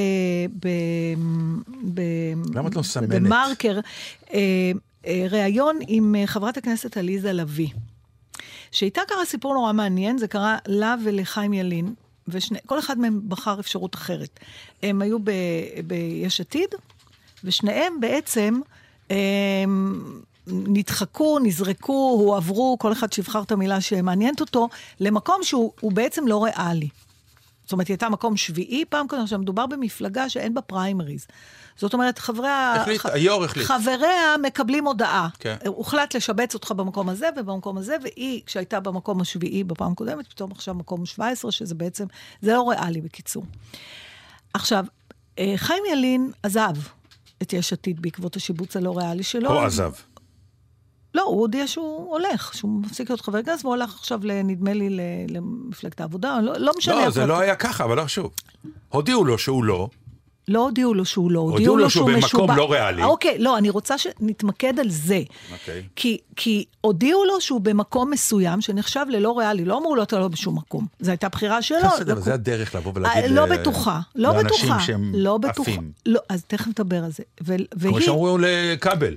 למה את לא מסמנת? במרקר ראיון עם חברת הכנסת עליזה לביא, שהייתה קרה סיפור נורא מעניין, זה קרה לה ולחיים ילין, וכל אחד מהם בחר אפשרות אחרת. הם היו ביש עתיד, ושניהם בעצם נדחקו, נזרקו, הועברו, כל אחד שיבחר את המילה שמעניינת אותו, למקום שהוא בעצם לא ריאלי. זאת אומרת, היא הייתה מקום שביעי, פעם כזה, שמדובר במפלגה שאין בה פריימריז. זאת אומרת, חבריה מקבלים הודעה. כן. הוחלט לשבץ אותך במקום הזה ובמקום הזה, והיא, כשהייתה במקום השביעי בפעם קודמת, פתאום עכשיו מקום 17, שזה בעצם, זה לא ריאלי בקיצור. עכשיו, חיים ילין עזב את יש עתיד בעקבות השיבוץ הלא ריאלי שלו. או עזב. לא, הוא הודיע שהוא הולך, שהוא מפסיק להיות חבר כנסת, והוא הולך עכשיו, נדמה לי, למפלגת העבודה, לא משנה. לא, זה לא היה ככה, אבל לא שוב. הודיעו לו שהוא לא. לא הודיעו לו שהוא לא. הודיעו לו שהוא במקום לא ריאלי. אוקיי, לא, אני רוצה שנתמקד על זה. אוקיי. כי הודיעו לו שהוא במקום מסוים, שנחשב ללא ריאלי, לא אמרו לו אתה לא בשום מקום. זו הייתה בחירה שלו. זה הדרך לבוא ולהגיד לא בטוחה, לא בטוחה. לאנשים שהם עפים. לא, אז תכף נדבר על זה. כמו שאמרו לכבל.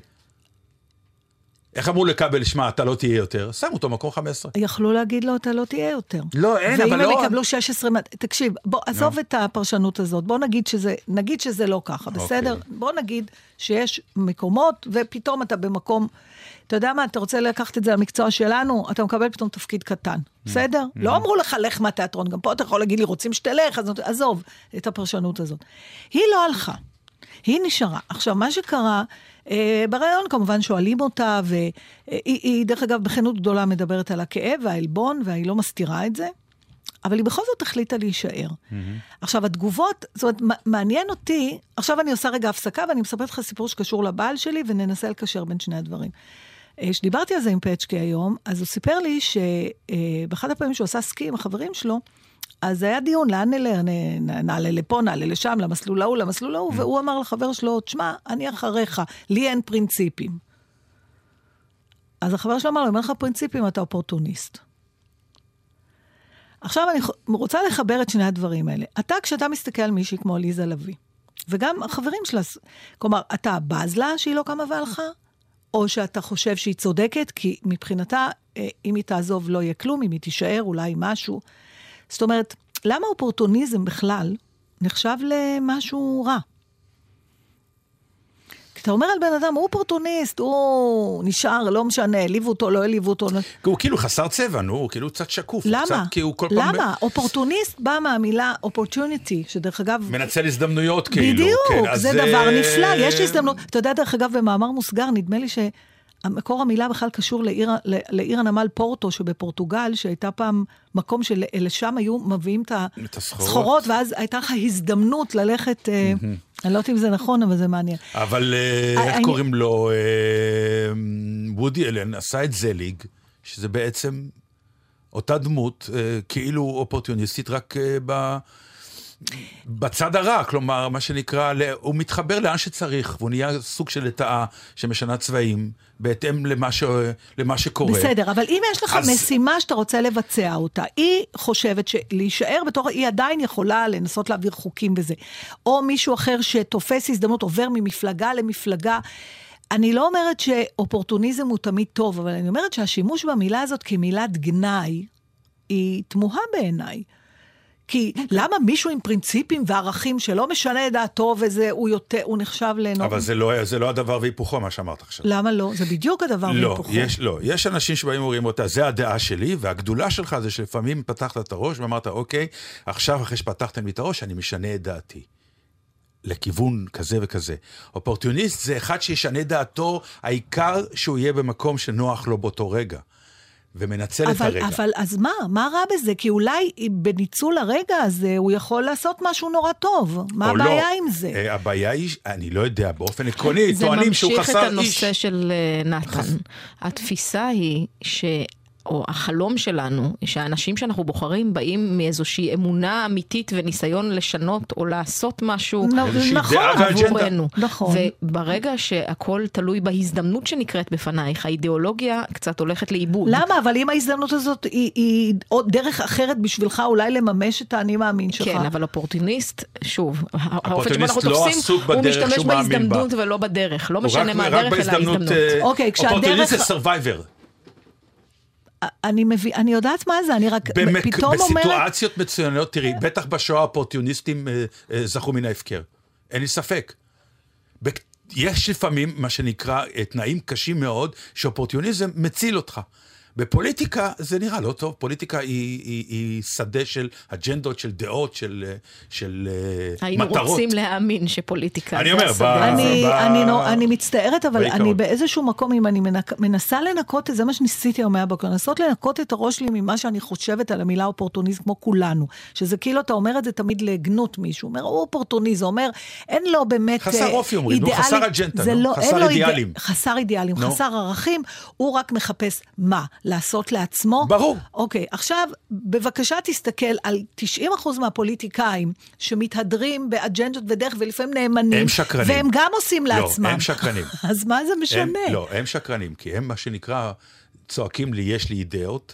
איך אמרו לקבל, שמע, אתה לא תהיה יותר? שמו אותו מקום 15. יכלו להגיד לו, אתה לא תהיה יותר. לא, אין, אבל לא... ואם הם יקבלו 16... תקשיב, בוא, עזוב את הפרשנות הזאת. בוא נגיד שזה לא ככה, בסדר? בוא נגיד שיש מקומות, ופתאום אתה במקום... אתה יודע מה, אתה רוצה לקחת את זה למקצוע שלנו, אתה מקבל פתאום תפקיד קטן. בסדר? לא אמרו לך, לך מהתיאטרון. גם פה אתה יכול להגיד לי, רוצים שתלך, אז עזוב את הפרשנות הזאת. היא לא הלכה. היא נשארה. עכשיו, מה שקרה... ברעיון כמובן שואלים אותה, והיא דרך אגב בכנות גדולה מדברת על הכאב והעלבון, והיא לא מסתירה את זה, אבל היא בכל זאת החליטה להישאר. עכשיו התגובות, זאת אומרת, מעניין אותי, עכשיו אני עושה רגע הפסקה, ואני מספרת לך סיפור שקשור לבעל שלי, וננסה לקשר בין שני הדברים. שדיברתי על זה עם פצ'קי היום, אז הוא סיפר לי שבאחד הפעמים שהוא עשה סקי עם החברים שלו, אז היה דיון, לאן נעלה לפה, נעלה לשם, למסלול ההוא, והוא אמר לחבר שלו, תשמע, אני אחריך, לי אין פרינציפים. אז החבר שלו אמר לו, אם אין לך פרינציפים, אתה אופורטוניסט. עכשיו אני רוצה לחבר את שני הדברים האלה. כשאתה מסתכל על מישהי כמו עליזה לביא, וגם החברים שלה, כלומר, אתה בז לה שהיא לא קמה והלכה, או שאתה חושב שהיא צודקת, כי מבחינתה, אם היא תעזוב לא יהיה כלום, אם היא תישאר אולי משהו. זאת אומרת, למה אופורטוניזם בכלל נחשב למשהו רע? כי אתה אומר על בן אדם, הוא אופורטוניסט, הוא נשאר, לא משנה, העליבו אותו, לא העליבו אותו. הוא כאילו חסר צבע, הוא כאילו קצת שקוף. למה? למה? אופורטוניסט בא מהמילה opportunity, שדרך אגב... מנצל הזדמנויות כאילו. בדיוק, זה דבר נפלא, יש הזדמנות. אתה יודע, דרך אגב, במאמר מוסגר, נדמה לי המקור המילה בכלל קשור לעיר הנמל פורטו שבפורטוגל, שהייתה פעם מקום שלשם היו מביאים את הסחורות, ואז הייתה לך הזדמנות ללכת, אני לא יודעת אם זה נכון, אבל זה מעניין. אבל איך קוראים לו, וודי אלן עשה את זליג, שזה בעצם אותה דמות, כאילו אופורטוניסטית, רק בצד הרע, כלומר, מה שנקרא, הוא מתחבר לאן שצריך, והוא נהיה סוג של לטאה שמשנה צבעים, בהתאם למה שקורה. בסדר, אבל אם יש לך משימה שאתה רוצה לבצע אותה, היא חושבת שלהישאר בתוך, היא עדיין יכולה לנסות להעביר חוקים בזה, או מישהו אחר שתופס הזדמנות, עובר ממפלגה למפלגה. אני לא אומרת שאופורטוניזם הוא תמיד טוב, אבל אני אומרת שהשימוש במילה הזאת כמילת גנאי, היא תמוהה בעיניי. כי למה מישהו עם פרינציפים וערכים שלא משנה את דעתו וזה, הוא נחשב לנורם? אבל זה לא הדבר והיפוכו, מה שאמרת עכשיו. למה לא? זה בדיוק הדבר והיפוכו. לא, יש אנשים שבאים ואומרים אותה, זה הדעה שלי, והגדולה שלך זה שלפעמים פתחת את הראש ואמרת, אוקיי, עכשיו אחרי שפתחתם לי את הראש, אני משנה את דעתי. לכיוון כזה וכזה. אופורטוניסט זה אחד שישנה דעתו, העיקר שהוא יהיה במקום שנוח לו באותו רגע. ומנצל את הרגע. אבל אז מה רע בזה? כי אולי בניצול הרגע הזה הוא יכול לעשות משהו נורא טוב. מה הבעיה עם זה? הבעיה היא, אני לא יודע, באופן עקרוני, טוענים שהוא חסר איש. זה ממשיך את הנושא של נתן. התפיסה היא או החלום שלנו, שהאנשים שאנחנו בוחרים באים מאיזושהי אמונה אמיתית וניסיון לשנות או לעשות משהו עבורנו. נכון. וברגע שהכל תלוי בהזדמנות שנקראת בפנייך, האידיאולוגיה קצת הולכת לאיבוד. למה? אבל אם ההזדמנות הזאת היא עוד דרך אחרת בשבילך אולי לממש את האני מאמין שלך. כן, אבל אופורטוניסט, שוב, האופן שבו אנחנו לא תופסים, הוא משתמש בהזדמנות ולא בדרך. לא משנה מה הדרך אלא ההזדמנות. אופורטוניסט זה סרווייבר. אני יודעת מה זה, אני רק פתאום אומרת... בסיטואציות מצוינות, תראי, בטח בשואה האופורטוניסטים זכו מן ההפקר. אין לי ספק. יש לפעמים, מה שנקרא, תנאים קשים מאוד, שאופורטוניזם מציל אותך. בפוליטיקה זה נראה לא טוב, פוליטיקה היא שדה של אג'נדות, של דעות, של מטרות. היינו רוצים להאמין שפוליטיקה אני אומר, אני מצטערת, אבל אני באיזשהו מקום, אם אני מנסה לנקות, זה מה שניסיתי היום מהבוקר, לנסות לנקות את הראש לי ממה שאני חושבת על המילה אופורטוניזם, כמו כולנו, שזה כאילו אתה אומר את זה תמיד לגנות מישהו, אומר, הוא אופורטוניזם, אומר, אין לו באמת חסר אופי, אומרים, חסר אג'נדה, חסר אידיאלים. חסר אידיאלים, חסר ערכים, הוא רק מחפש מה? לעשות לעצמו. ברור. אוקיי, עכשיו, בבקשה תסתכל על 90% מהפוליטיקאים שמתהדרים באג'נדות ודרך ולפעמים נאמנים. הם שקרנים. והם גם עושים לעצמם. לא, הם שקרנים. אז מה זה משנה? לא, הם שקרנים, כי הם מה שנקרא, צועקים לי, יש לי אידאות,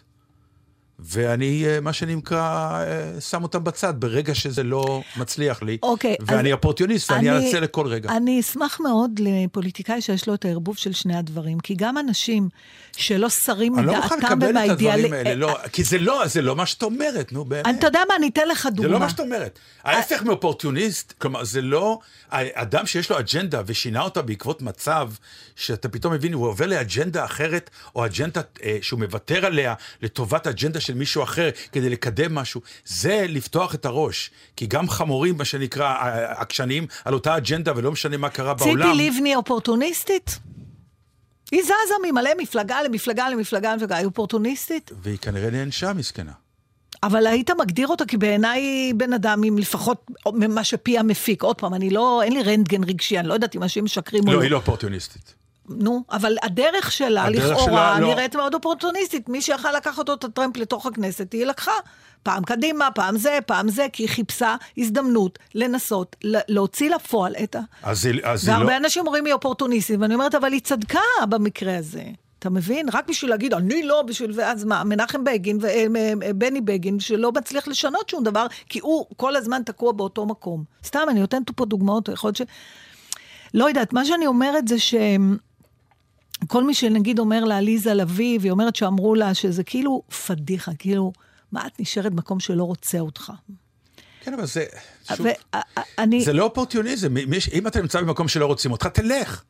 ואני, מה שנקרא, שם אותם בצד, ברגע שזה לא מצליח לי, ואני אופורטוניסט, ואני אנצל לכל רגע. אני אשמח מאוד לפוליטיקאי שיש לו את הערבוב של שני הדברים, כי גם אנשים שלא שרים מדעתם ובאידיאל... אני לא מוכן לקבל את הדברים האלה, כי זה לא מה שאת אומרת, נו באמת. אתה יודע מה, אני אתן לך דוגמה. זה לא מה שאת אומרת. ההפך מאופורטוניסט, כלומר, זה לא... אדם שיש לו אג'נדה ושינה אותה בעקבות מצב, שאתה פתאום מבין, הוא עובר לאג'נדה אחרת, או אג'נדה שהוא מוותר עליה, לטובת אג'נדה של מישהו אחר, כדי לקדם משהו. זה לפתוח את הראש. כי גם חמורים, מה שנקרא, עקשנים, על אותה אג'נדה, ולא משנה מה קרה בעולם. ציפי לבני אופורטוניסטית? היא זזה ממלא מפלגה למפלגה למפלגה, היא אופורטוניסטית? והיא כנראה נענשה מסכנה. אבל היית מגדיר אותה, כי בעיניי בן אדם עם לפחות ממה שפי המפיק. עוד פעם, אין לי רנטגן רגשי, אני לא יודעת אם אנשים משקרים או לא. לא, היא לא אופורטוניסטית. נו, אבל הדרך שלה, לכאורה, נראית מאוד אופורטוניסטית. מי שיכל לקח אותו את הטרמפ לתוך הכנסת, היא לקחה. פעם קדימה, פעם זה, כי היא חיפשה הזדמנות לנסות, להוציא לפועל את והרבה אנשים אומרים היא אופורטוניסטית, ואני אומרת, אבל היא צדקה במקרה הזה. אתה מבין? רק בשביל להגיד, אני לא בשביל, ואז מה, מנחם בגין ובני בגין, שלא מצליח לשנות שום דבר, כי הוא כל הזמן תקוע באותו מקום. סתם, אני נותנת פה דוגמאות, יכול להיות לא יודעת, מה שאני אומרת זה כל מי שנגיד אומר לה עליזה לביא, והיא אומרת שאמרו לה שזה כאילו פדיחה, כאילו, מה את נשארת במקום שלא רוצה אותך? כן, אבל זה, שוב, זה לא אופורטוניזם. אם אתה נמצא במקום שלא רוצים אותך, תלך.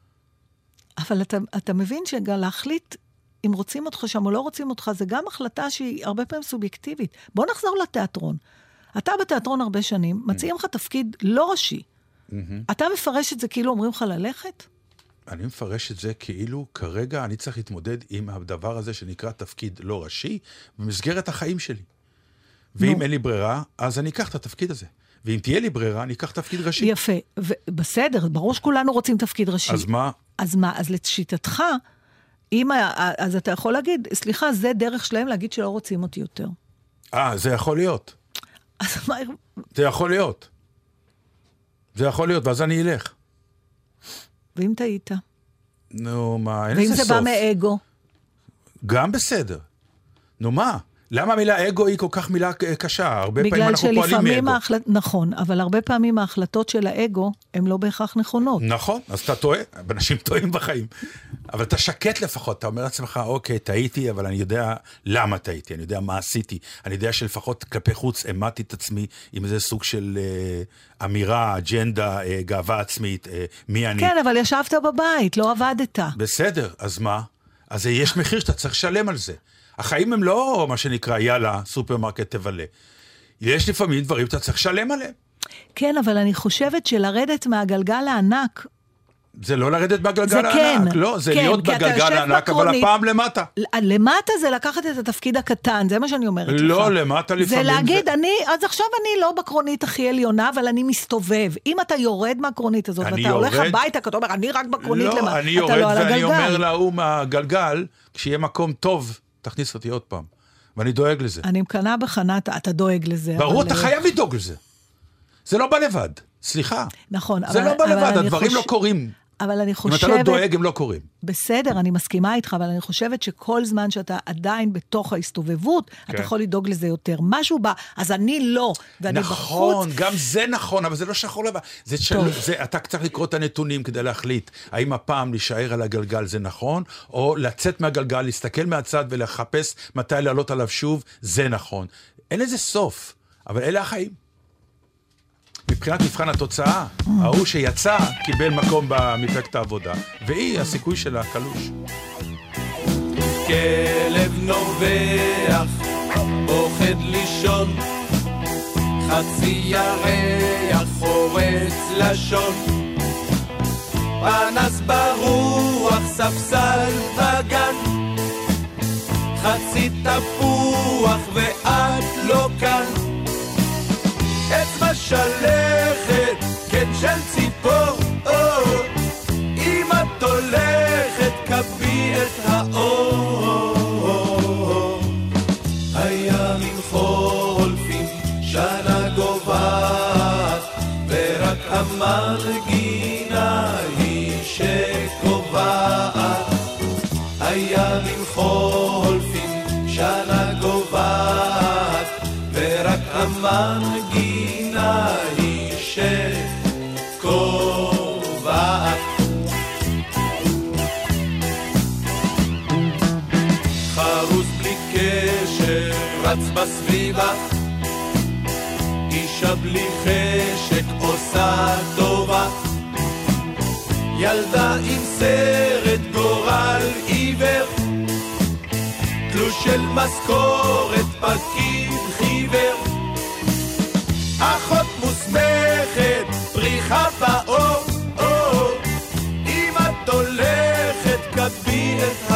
אבל אתה מבין שגם להחליט אם רוצים אותך שם או לא רוצים אותך, זה גם החלטה שהיא הרבה פעמים סובייקטיבית. בוא נחזור לתיאטרון. אתה בתיאטרון הרבה שנים, מציעים לך תפקיד לא ראשי. אתה מפרש את זה כאילו אומרים לך ללכת? אני מפרש את זה כאילו כרגע אני צריך להתמודד עם הדבר הזה שנקרא תפקיד לא ראשי, במסגרת החיים שלי. ואם אין לי ברירה, אז אני אקח את התפקיד הזה. ואם תהיה לי ברירה, אני אקח תפקיד ראשי. יפה. בסדר, ברור שכולנו רוצים תפקיד ראשי. אז מה? אז מה? אז לשיטתך, אז אתה יכול להגיד, סליחה, זה דרך שלהם להגיד שלא רוצים אותי יותר. זה יכול להיות. אז מה? זה יכול להיות. זה יכול להיות, ואז אני אלך. ואם טעית? נו, מה, אין לזה סוף. ואם זה בא מאגו? גם בסדר. נו, מה? למה המילה אגו היא כל כך מילה קשה? הרבה פעמים אנחנו פועלים מאגו. נכון, אבל הרבה פעמים ההחלטות של האגו הן לא בהכרח נכונות. נכון, אז אתה טועה, אנשים טועים בחיים. אבל אתה שקט לפחות, אתה אומר לעצמך, אוקיי, טעיתי, אבל אני יודע למה טעיתי, אני יודע מה עשיתי, אני יודע שלפחות כלפי חוץ אמדתי את עצמי עם איזה סוג של אמירה, אג'נדה, גאווה עצמית, מי אני. כן, אבל ישבת בבית, לא עבדת. בסדר, אז מה? אז יש מחיר שאתה צריך לשלם על זה. החיים הם לא מה שנקרא, יאללה, סופרמרקט תבלה. יש לפעמים דברים שאתה צריך לשלם עליהם. כן, אבל אני חושבת שלרדת מהגלגל הענק... זה לא לרדת מהגלגל הענק, לא, זה להיות בגלגל הענק, אבל הפעם למטה. למטה זה לקחת את התפקיד הקטן, זה מה שאני אומרת לך. לא, למטה לפעמים זה להגיד, אז עכשיו אני לא בקרונית הכי עליונה, אבל אני מסתובב. אם אתה יורד מהקרונית הזאת, ואתה הולך הביתה, אתה אומר, אני רק בקרונית למטה. לא, אני יורד ואני אומר להוא מהגלגל, כשיהיה מקום טוב, תכניס אותי עוד פעם. ואני דואג לזה. אני מקנה בחנה, אתה דואג לזה. ברור, אתה חייב לדאוג לזה. זה לא בא לבד. סליחה. נכון. זה לא בא לבד, הדברים לא קורים. אבל אני חושבת... אם אתה לא דואג, הם לא קורים. בסדר, אני מסכימה איתך, אבל אני חושבת שכל זמן שאתה עדיין בתוך ההסתובבות, אתה יכול לדאוג לזה יותר. משהו בא, אז אני לא, ואני בחוץ... נכון, גם זה נכון, אבל זה לא שחור לבן. אתה צריך לקרוא את הנתונים כדי להחליט, האם הפעם להישאר על הגלגל זה נכון, או לצאת מהגלגל, להסתכל מהצד ולחפש מתי לעלות עליו שוב, זה נכון. אין לזה סוף, אבל אלה החיים. מבחינת מבחן התוצאה, ההוא שיצא קיבל מקום במפלגת העבודה, והיא הסיכוי שלה קלוש. כלב נובח, פוחד לישון, חצי ירח חורץ לשון, פנס ברוח, ספסל בגן, חצי תפוח ואת לא כאן, אצבע שלכת, כן של ציפור, אם את הולכת, קבי את האור. הימים חולפים, שנה גובעת, ורק המנגינה היא שקובעת. הימים חולפים, שנה גובעת, ורק המנגינה היא שקובעת. חרוס בלי קשר רץ בסביבה, אישה בלי חשק עושה טובה, ילדה עם סרט גורל עיוור, תלוש של משכורת פקיד חיוור, אחות מוסמכת, פריחה באור, אם את הולכת, קבי את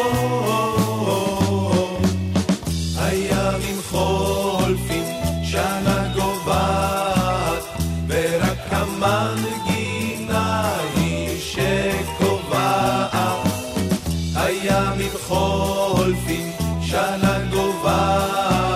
האור. הימים חולפים, שנה גובעת, ורק המנגינה היא שקובעת. הימים חולפים, שנה גובעת,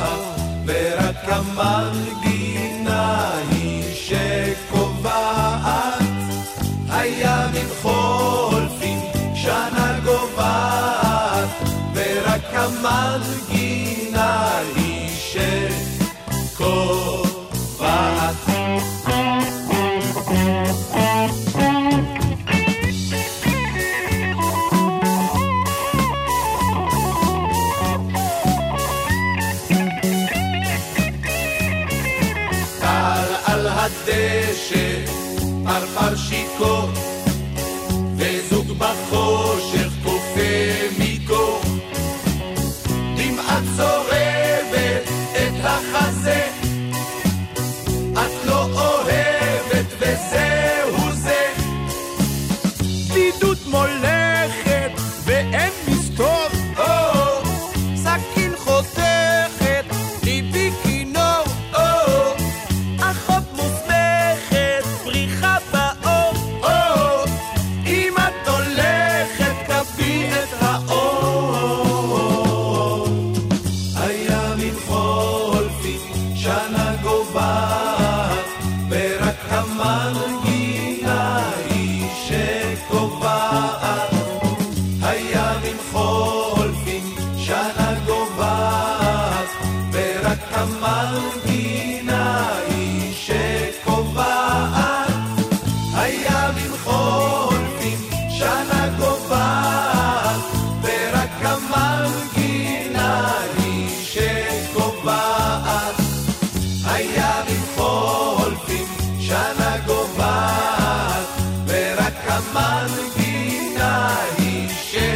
הנגינה היא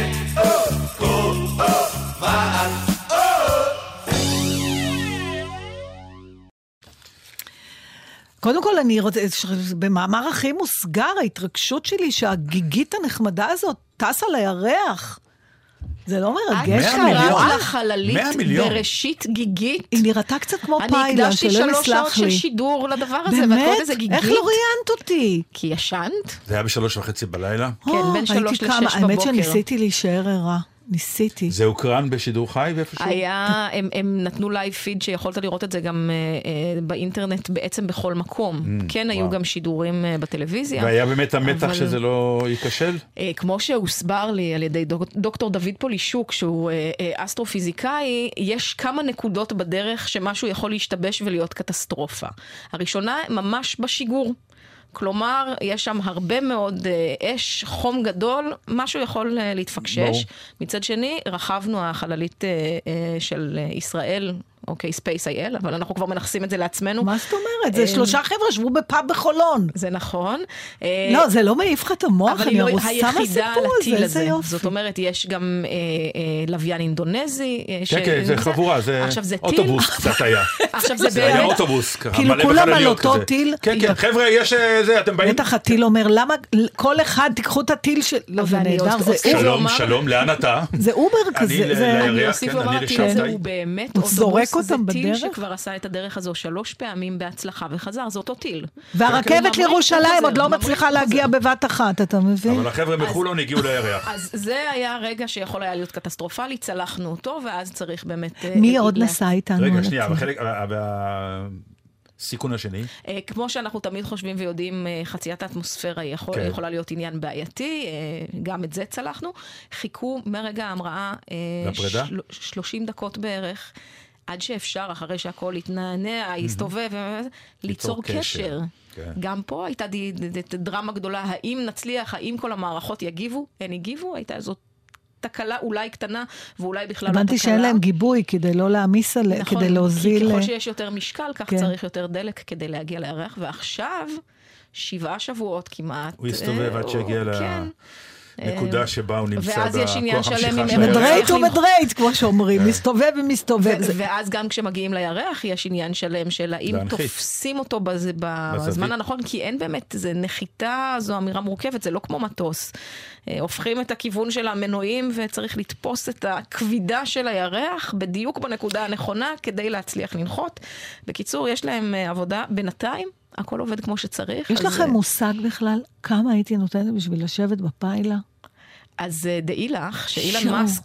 שקובעת. קודם כל, אני רוצה, במאמר הכי מוסגר, ההתרגשות שלי שהגיגית הנחמדה הזאת טסה לירח. זה לא מרגש? 100 מיליון. קראת לחללית 100 מיליון. בראשית גיגית. היא נראתה קצת כמו אני פיילה, הקדשתי שלא 3 שעות נסלח של לי. שידור לדבר הזה, ואת באמת? קוראת לזה גיגית. איך לא ראיינת אותי? כי ישנת? זה היה ב3:30 בלילה. כן, בין 3 הייתי ל-6 קמה. בבוקר. האמת שניסיתי להישאר ערה. ניסיתי. זה הוקרן בשידור חי ואיפשהו? היה, הם נתנו לייב פיד שיכולת לראות את זה גם באינטרנט בעצם בכל מקום. כן, היו גם שידורים בטלוויזיה. והיה באמת המתח שזה לא ייכשל? כמו שהוסבר לי על ידי דוקטור דוד פולישוק, שהוא אסטרופיזיקאי, יש כמה נקודות בדרך שמשהו יכול להשתבש ולהיות קטסטרופה. הראשונה ממש בשיגור. כלומר, יש שם הרבה מאוד אש, חום גדול, משהו יכול להתפקשש. מצד שני, רכבנו החללית של ישראל, אוקיי, ספייס.איי.אל, אבל אנחנו כבר מנחסים את זה לעצמנו. מה זאת אומרת? זה 3 חבר'ה שבו בפאב בחולון. זה נכון. לא, זה לא מעיף לך את המוח, אני הרוסה היחידה מהסיפור לטיל הזה, הזה. איזה יופי. זאת אומרת, יש גם לוויין אינדונזי. כן, זה חבורה, זה אוטובוס קצת היה. עכשיו זה זה היה באמת... אוטובוס, ככה, כאילו מלא כולם על בחלליות אותו כזה. טיל. כן, כן, חבר'ה, יש זה, אתם באים? בטח הטיל אומר, למה כל אחד תיקחו את הטיל של... לא, זה ואני נהדר, עוד זה אוסיף אובר. שלום, לומר- שלום, לאן אתה? זה אובר כזה. אני זה- לירח, אני אוסיף כן, לומר, אני הטיל הזה לשבתאי. הוא באמת הוא זורק אוטובוס, זה אותם טיל בדרך? שכבר עשה את הדרך הזו 3 פעמים בהצלחה וחזר, זה אותו טיל. והרכבת ממריא לירושלים וחוזר, עוד לא ממריא מצליחה להגיע וחוזר. בבת אחת, אתה מבין? אבל החבר'ה מחולון הגיעו לירח. אז זה היה רגע שיכול היה להיות קטסטרופלי, צלחנו אותו, ואז צריך באמת... מי עוד נסע איתנו? רגע, על שנייה, הטיל? בחלק, הסיכון השני. כמו שאנחנו תמיד חושבים ויודעים, חציית האטמוספירה כן. יכולה להיות עניין בעייתי, גם את זה צלחנו. חיכו מרגע ההמראה לפרידה? 30 דקות בערך, עד שאפשר, אחרי שהכל התנענע, יסתובב, ליצור קשר. כן. גם פה הייתה דרמה גדולה, האם נצליח, האם כל המערכות יגיבו? הן הגיבו, הייתה איזו תקלה אולי קטנה, ואולי בכלל לא תקלה. הבנתי שאין להם גיבוי כדי לא להעמיס עליהם, נכון, כדי להוזיל... כי ככל שיש יותר משקל, כך כן. צריך יותר דלק כדי להגיע לירח, ועכשיו, 7 שבועות כמעט. הוא הסתובב עד שהגיע כן. לנקודה שבה הוא נמצא ואז יש עניין בכוח שלם המשיכה עם של הירח. מדרייט ומדרייט, כמו שאומרים, מסתובב ומסתובב. ואז גם כשמגיעים לירח, יש עניין שלם של האם להנחית. תופסים אותו בזמן הנכון, כי אין באמת, זה נחיתה, זו אמירה מורכבת, זה לא כמו מטוס. הופכים את הכיוון של המנועים, וצריך לתפוס את הכבידה של הירח, בדיוק בנקודה הנכונה, כדי להצליח לנחות. בקיצור, יש להם עבודה בינתיים, הכל עובד כמו שצריך. יש אז, לכם מושג בכלל כמה הייתי נותנת בשביל לשבת בפיילה? אז דעי לך, שאילן שואו. מאסק,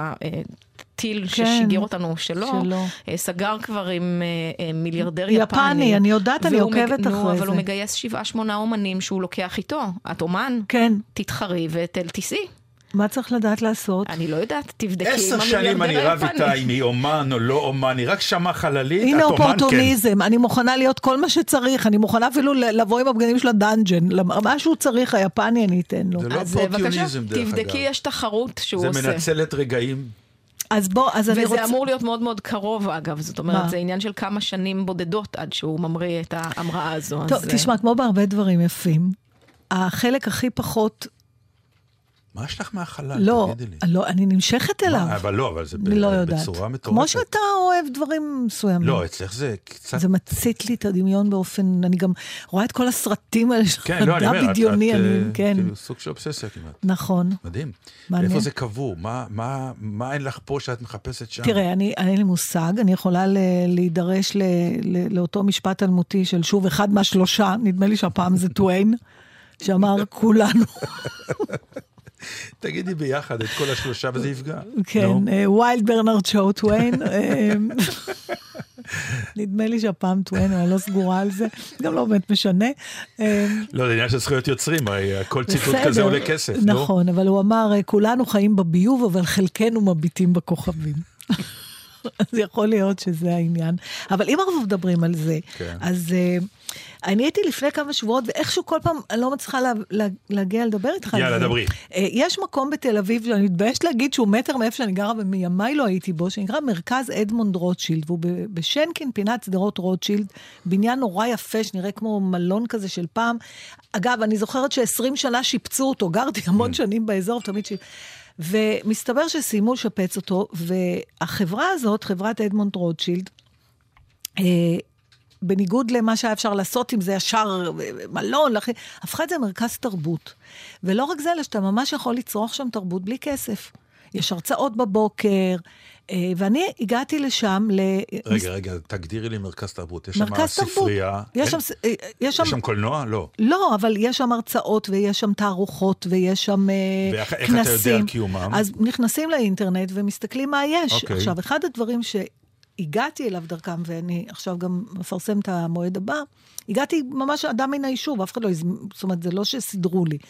שהטיל כן, ששיגר אותנו שלו, סגר כבר עם מיליארדר יפני. אני יודעת, אני עוקבת אחרי אבל זה. הוא מגייס 7-8 אומנים שהוא לוקח איתו. את אומן? כן. תתחרי ותלתיסי. מה צריך לדעת לעשות? אני לא יודעת, תבדקי עם 10 המיליארדר שנים אני רב היפני. איתה אם היא אומן או לא אומן, היא רק שמעה חללית, הנה את אומן כן. אופורטוניזם, אני מוכנה להיות כל מה שצריך, אני מוכנה אפילו לבוא עם הבגנים של הדאנג'ן, מה שהוא צריך, היפני אני אתן לו. זה לא אז בבקשה, אופורטוניזם דרך אגב. תבדקי, יש תחרות שהוא זה עושה. מנצלת רגעים. אז בוא, אז אני רוצה... וזה אמור להיות מאוד מאוד קרוב, אגב. זאת אומרת, מה? זה עניין של כמה שנים בודדות עד שהוא ממריא את ההמראה הזו. טוב, אז, תשמע, כמו בהרבה דברים יפים, החלק הכי פחות... מה יש לך מהחלל? לא, תגידי לי. לא, אני נמשכת אליו. אבל לא, אבל זה אני לא יודעת. בצורה מטורפת. כמו שאתה אוהב דברים מסוימים. לא, אצלך זה קצת... זה מצית לי את הדמיון באופן, אני גם רואה את כל הסרטים האלה של כן, לא, אני מדע אומר, בדיוני, את כן, כאילו סוג של אובססיה כמעט. נכון. מדהים. מעניין. איפה זה קבור? מה אין לך פה שאת מחפשת שם? תראה, אין לי מושג, אני יכולה להידרש לאותו משפט אלמותי של שוב אחד מהשלושה, נדמה לי שהפעם זה טוויין, שאמר כולנו. תגידי ביחד את כל השלושה וזה יפגע. כן, ויילד ברנרד שואו טוויין. נדמה לי שהפעם טוויין, אני לא סגורה על זה, גם לא באמת משנה. לא, זה עניין של זכויות יוצרים, הרי כל ציטוט כזה עולה כסף. נכון, אבל הוא אמר, כולנו חיים בביוב, אבל חלקנו מביטים בכוכבים. אז יכול להיות שזה העניין. אבל אם אנחנו מדברים על זה, אז אני הייתי לפני כמה שבועות, ואיכשהו כל פעם אני לא מצליחה להגיע לדבר איתך על זה. יאללה, דברי. יש מקום בתל אביב, שאני מתביישת להגיד שהוא מטר מאיפה שאני גרה, ומימי לא הייתי בו, שנקרא מרכז אדמונד רוטשילד, והוא בשנקין, פינת סדרות רוטשילד, בניין נורא יפה, שנראה כמו מלון כזה של פעם. אגב, אני זוכרת ש20 שנה שיפצו אותו, גרתי המון שנים באזור, תמיד ומסתבר שסיימו לשפץ אותו, והחברה הזאת, חברת אדמונד רוטשילד, בניגוד למה שהיה אפשר לעשות עם זה ישר מלון, הפכה את זה מרכז תרבות. ולא רק זה, אלא שאתה ממש יכול לצרוך שם תרבות בלי כסף. יש הרצאות בבוקר, ואני הגעתי לשם רגע, תגדירי לי מרכז תרבות. יש שם ספרייה. יש שם קולנוע? לא. לא, אבל יש שם הרצאות, ויש שם תערוכות, ויש שם כנסים. איך אתה יודע על קיומם? אז נכנסים לאינטרנט ומסתכלים מה יש. עכשיו, אחד הדברים הגעתי אליו דרכם, ואני עכשיו גם מפרסם את המועד הבא, הגעתי ממש אדם מן היישוב, אף אחד לא, זאת אומרת, זה לא שסידרו לי.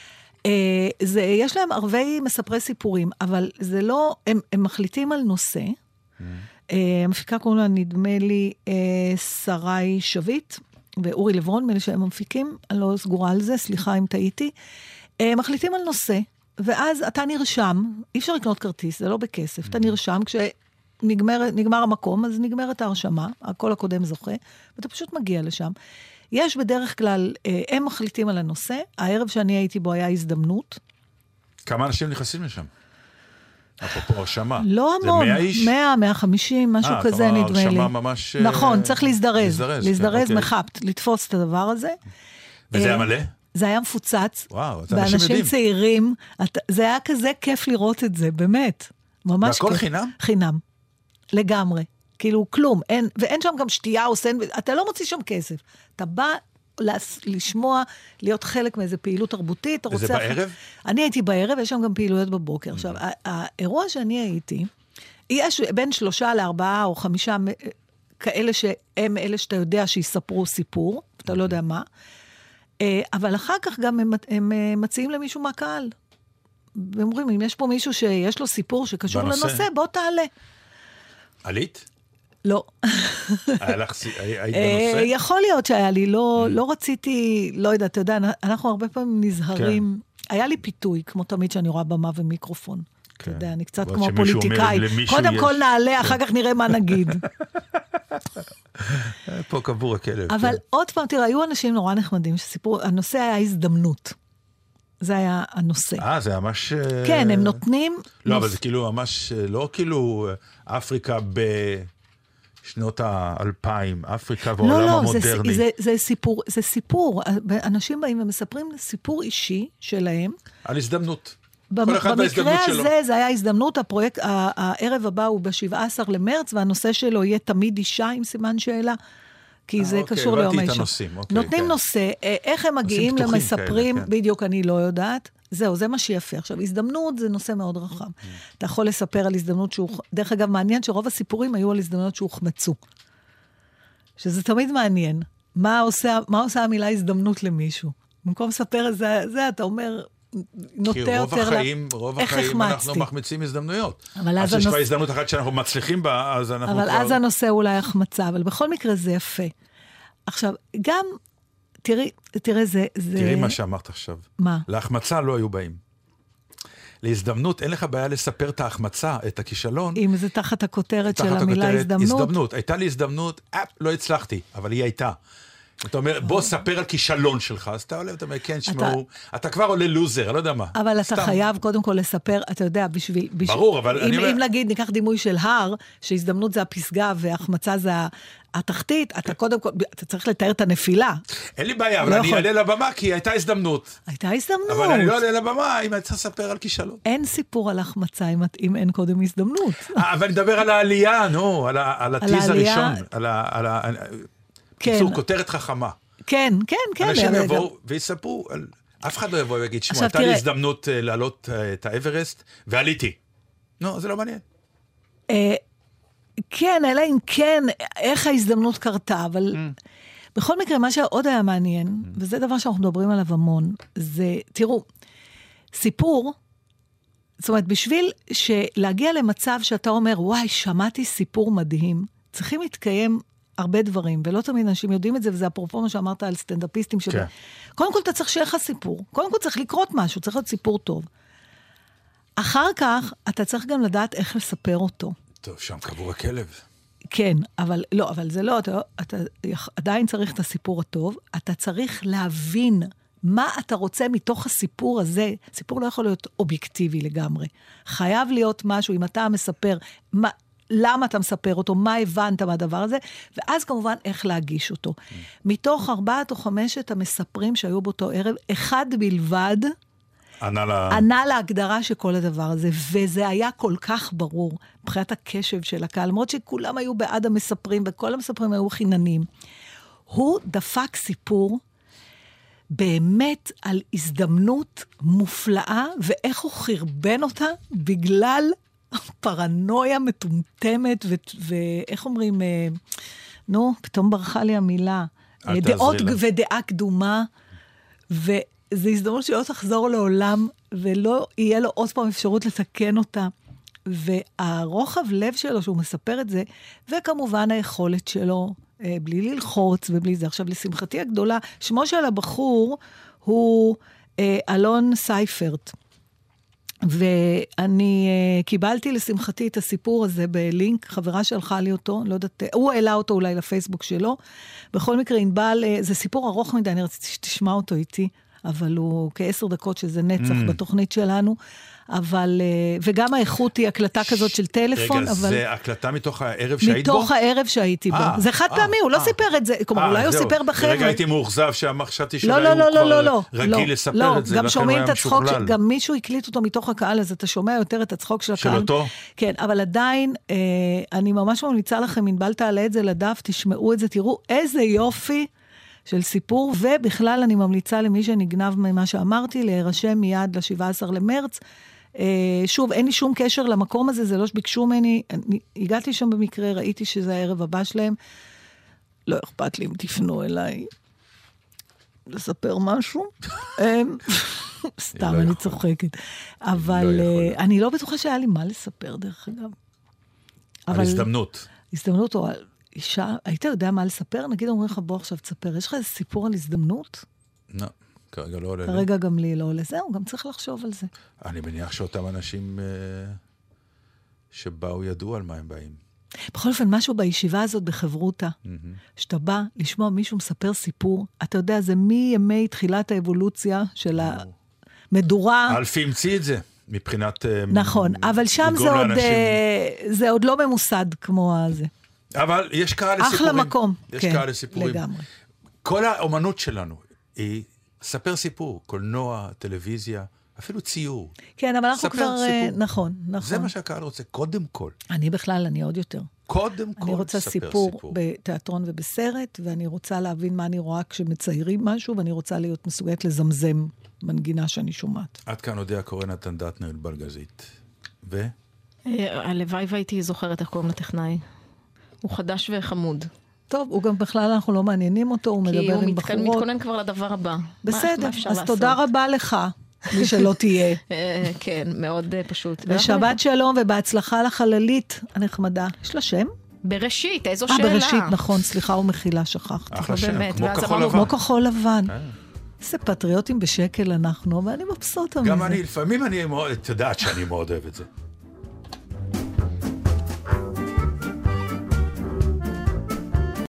יש להם ערבי מספרי סיפורים, אבל זה לא, הם מחליטים על נושא, המפיקה קוראים לה, נדמה לי, שרי שביט, ואורי לברון, מאלה שהם המפיקים, אני לא סגורה על זה, סליחה אם טעיתי, מחליטים על נושא, ואז אתה נרשם, אי אפשר לקנות כרטיס, זה לא בכסף, אתה נרשם, נגמר המקום, אז נגמרת ההרשמה, הכל הקודם זוכה, ואתה פשוט מגיע לשם. יש בדרך כלל, הם מחליטים על הנושא, הערב שאני הייתי בו היה הזדמנות. כמה אנשים נכנסים לשם? אפרופו הרשמה. לא המון, 100 איש? 100, 150, משהו כזה נדמה לי. הרשמה ממש... נכון, צריך להזדרז מחפת, לתפוס את הדבר הזה. וזה היה מלא? זה היה מפוצץ. וואו, אתה אנשים יודעים. באנשים צעירים, זה היה כזה כיף לראות את זה, באמת. ממש כיף. והכל חינם? חינם. לגמרי. כאילו, כלום. ואין שם גם שתייה או סנדוויץ', אתה לא מוציא שם כסף. אתה בא לשמוע, להיות חלק מאיזו פעילות תרבותית. וזה בערב? אני הייתי בערב, יש שם גם פעילויות בבוקר. עכשיו, האירוע שאני הייתי, יש בין 3 ל4 או 5 כאלה שהם אלה שאתה יודע שיספרו סיפור, אתה לא יודע מה, אבל אחר כך גם הם מציעים למישהו מהקהל. ואומרים, אם יש פה מישהו שיש לו סיפור שקשור לנושא, בוא תעלה. עלית? לא. היית בנושא? יכול להיות שהיה לי, לא רציתי, לא יודע, אתה יודע, אנחנו הרבה פעמים נזהרים. היה לי פיתוי, כמו תמיד שאני רואה במה ומיקרופון. אתה יודע, אני קצת כמו פוליטיקאי. קודם כל נעלה, אחר כך נראה מה נגיד. פה קבור הכלב. אבל עוד פעם, תראה, היו אנשים נורא נחמדים שסיפרו, הנושא היה הזדמנות. זה היה הנושא. זה ממש... כן, הם נותנים... לא, אבל זה כאילו ממש, לא כאילו אפריקה בשנות ה-2000, אפריקה והעולם המודרני. לא, זה סיפור. אנשים באים ומספרים סיפור אישי שלהם. על הזדמנות. כל אחד בהזדמנות שלו. במקרה הזה, זה היה הזדמנות, הפרויקט, הערב הבא הוא ב-17 למרץ, והנושא שלו יהיה תמיד אישה עם סימן שאלה. כי זה קשור ליום האישה. נותנים נושא, איך הם מגיעים למספרים, בדיוק אני לא יודעת, זהו, זה מה שיפה. עכשיו, הזדמנות זה נושא מאוד רחב. אתה יכול לספר על הזדמנות דרך אגב, מעניין שרוב הסיפורים היו על הזדמנות שהוחמצו. שזה תמיד מעניין. מה עושה המילה הזדמנות למישהו? במקום לספר את זה, אתה אומר, נוטה יותר רוב החיים אנחנו מחמצים הזדמנויות. אז שיש כבר הזדמנות אחת שאנחנו מצליחים בה, אז אנחנו אבל אז הנושא אולי החמצה, אבל בכל מקרה זה יפה. עכשיו, גם, תראי זה... תראי מה שאמרת עכשיו. מה? להחמצה לא היו באים. להזדמנות, אין לך בעיה לספר את ההחמצה, את הכישלון. אם זה תחת הכותרת של המילה הזדמנות. הייתה לי הזדמנות, לא הצלחתי, אבל היא הייתה. אתה אומר, בוא ספר על כישלון שלך, אז אתה עולה, אתה אומר, כן, שמעו, אתה כבר עולה לוזר, אני לא יודע מה. אבל אתה חייב קודם כל לספר, אתה יודע, בשביל... ברור, אבל אני אומר... אם נגיד, ניקח דימוי של הר, שהזדמנות זה הפסגה והחמצה זה התחתית, אתה קודם כל, אתה צריך לתאר את הנפילה. אין לי בעיה, אבל אני אעלה לבמה, כי הייתה הזדמנות. הייתה הזדמנות. אבל אני לא אעלה לבמה אם אני צריך לספר על כישלון. אין סיפור על החמצה אם אין קודם הזדמנות. אבל אני מדבר על העלייה, נו, על הטיז הראשון, קיצור, כותרת חכמה. כן. אנשים יבואו ויספרו, אף אחד לא יבוא ויגיד, שמוע, הייתה לי הזדמנות לעלות את האברסט, ועליתי. לא, זה לא מעניין. כן, אלא אם כן, איך ההזדמנות קרתה, אבל בכל מקרה, מה שעוד היה מעניין, וזה דבר שאנחנו מדברים עליו המון, זה, תראו, סיפור, זאת אומרת, בשביל להגיע למצב שאתה אומר, וואי, שמעתי סיפור מדהים, צריכים להתקיים הרבה דברים, ולא תמיד אנשים יודעים את זה, וזה אפרופו מה שאמרת על סטנדאפיסטים שלי. כן. קודם כל אתה צריך שיהיה לך סיפור. קודם כל צריך לקרות משהו, צריך להיות סיפור טוב. אחר כך, אתה צריך גם לדעת איך לספר אותו. טוב, שם קבור הכלב. כן, אבל לא, אבל זה לא, אתה עדיין צריך את הסיפור הטוב, אתה צריך להבין מה אתה רוצה מתוך הסיפור הזה. סיפור לא יכול להיות אובייקטיבי לגמרי. חייב להיות משהו, אם אתה מספר, למה אתה מספר אותו, מה הבנת מהדבר הזה, ואז כמובן איך להגיש אותו. מתוך 4 או 5 המספרים שהיו באותו ערב, אחד בלבד, ענה להגדרה של כל הדבר הזה, וזה היה כל כך ברור, מבחינת הקשב של הקהל, למרות שכולם היו בעד המספרים, וכל המספרים היו חיננים. הוא דפק סיפור, באמת על הזדמנות מופלאה, ואיך הוא חרבן אותה, בגלל פרנויה מטומטמת, ואיך אומרים, פתאום ברכה לי המילה, דעות ודעה קדומה, זו הזדמנות שלא תחזור לעולם, ולא יהיה לו עוד פעם אפשרות לתקן אותה. והרוחב לב שלו, שהוא מספר את זה, וכמובן היכולת שלו, בלי ללחוץ ובלי זה. עכשיו, לשמחתי הגדולה, שמו של הבחור הוא אלון סייפרט. ואני קיבלתי לשמחתי את הסיפור הזה בלינק, חברה שלחה לי אותו, לא יודעת, הוא העלה אותו אולי לפייסבוק שלו. בכל מקרה, ענבל, זה סיפור ארוך מדי, אני רציתי שתשמע אותו איתי, אבל הוא כ10 דקות שזה נצח בתוכנית שלנו, אבל, וגם האיכות היא הקלטה כזאת של טלפון. רגע, אבל... זה הקלטה מתוך הערב שהיית בו? מתוך הערב שהייתי בו. זה חד פעמי, הוא לא סיפר את זה, כלומר, אולי הוא סיפר בחבר'ה. רגע הייתי מאוכזב חשבתי שאולי הוא כבר רגיל לספר את זה, גם שומעים את הצחוק, גם מישהו הקליט אותו מתוך הקהל, אז אתה שומע יותר את הצחוק של הקהל. של אותו? כן, אבל עדיין, אני ממש ממליצה לכם, ענבל תעלה את זה לדף, תשמעו את זה, תראו איזה יופי של סיפור, ובכלל אני ממליצה למי שנגנב ממה שאמרתי, להירשם מיד ל-17 למרץ. שוב, אין לי שום קשר למקום הזה, זה לא שביקשו ממני, הגעתי שם במקרה, ראיתי שזה הערב הבא שלהם, לא אכפת לי אם תפנו אליי לספר משהו, סתם, אני צוחקת, אבל אני לא בטוחה שהיה לי מה לספר דרך אגב. על הזדמנות. הזדמנות או על אישה, היית יודע מה לספר? נגיד אומרים לך בוא עכשיו תספר, יש לך איזה סיפור על הזדמנות? לא. כרגע לא עולה לי. כרגע גם לי לא עולה. זהו, גם צריך לחשוב על זה. אני מניח שאותם אנשים שבאו ידעו על מה הם באים. בכל אופן, משהו בישיבה הזאת בחברותה, שאתה בא לשמוע מישהו מספר סיפור, אתה יודע, זה מימי תחילת האבולוציה של המדורה. אלפי המציא את זה, מבחינת... נכון, אבל שם זה עוד לא ממוסד כמו הזה. אבל יש קהל לסיפורים. אחלה מקום. יש קהל לסיפורים. לגמרי. כל האומנות שלנו היא... ספר סיפור, קולנוע, טלוויזיה, אפילו ציור. כן, אבל אנחנו כבר... סיפור. נכון. זה מה שהקהל רוצה, קודם כל. אני בכלל, אני עוד יותר. קודם כל, אני רוצה סיפור בתיאטרון ובסרט, ואני רוצה להבין מה אני רואה כשמציירים משהו, ואני רוצה להיות מסוגלת לזמזם מנגינה שאני שומעת. עד כאן יודע קורא נתן דטנר בלגזית. ו? הלוואי והייתי זוכרת איך קוראים לטכנאי. הוא חדש וחמוד. טוב, הוא גם בכלל אנחנו לא מעניינים אותו, הוא מדבר עם בחורות. כי הוא מתכונן כבר לדבר הבא. בסדר, אז תודה רבה לך, מי שלא תהיה. כן, מאוד פשוט. ושבת שלום ובהצלחה לחללית הנחמדה. יש לה שם? בראשית, איזו שאלה. בראשית, נכון, סליחה ומחילה, שכחתי. אחלה שם, כמו כחול לבן. כמו כחול לבן. איזה פטריוטים בשקל אנחנו, ואני מבסוט מזה. גם אני, לפעמים אני מאוד, את יודעת שאני מאוד אוהב את זה.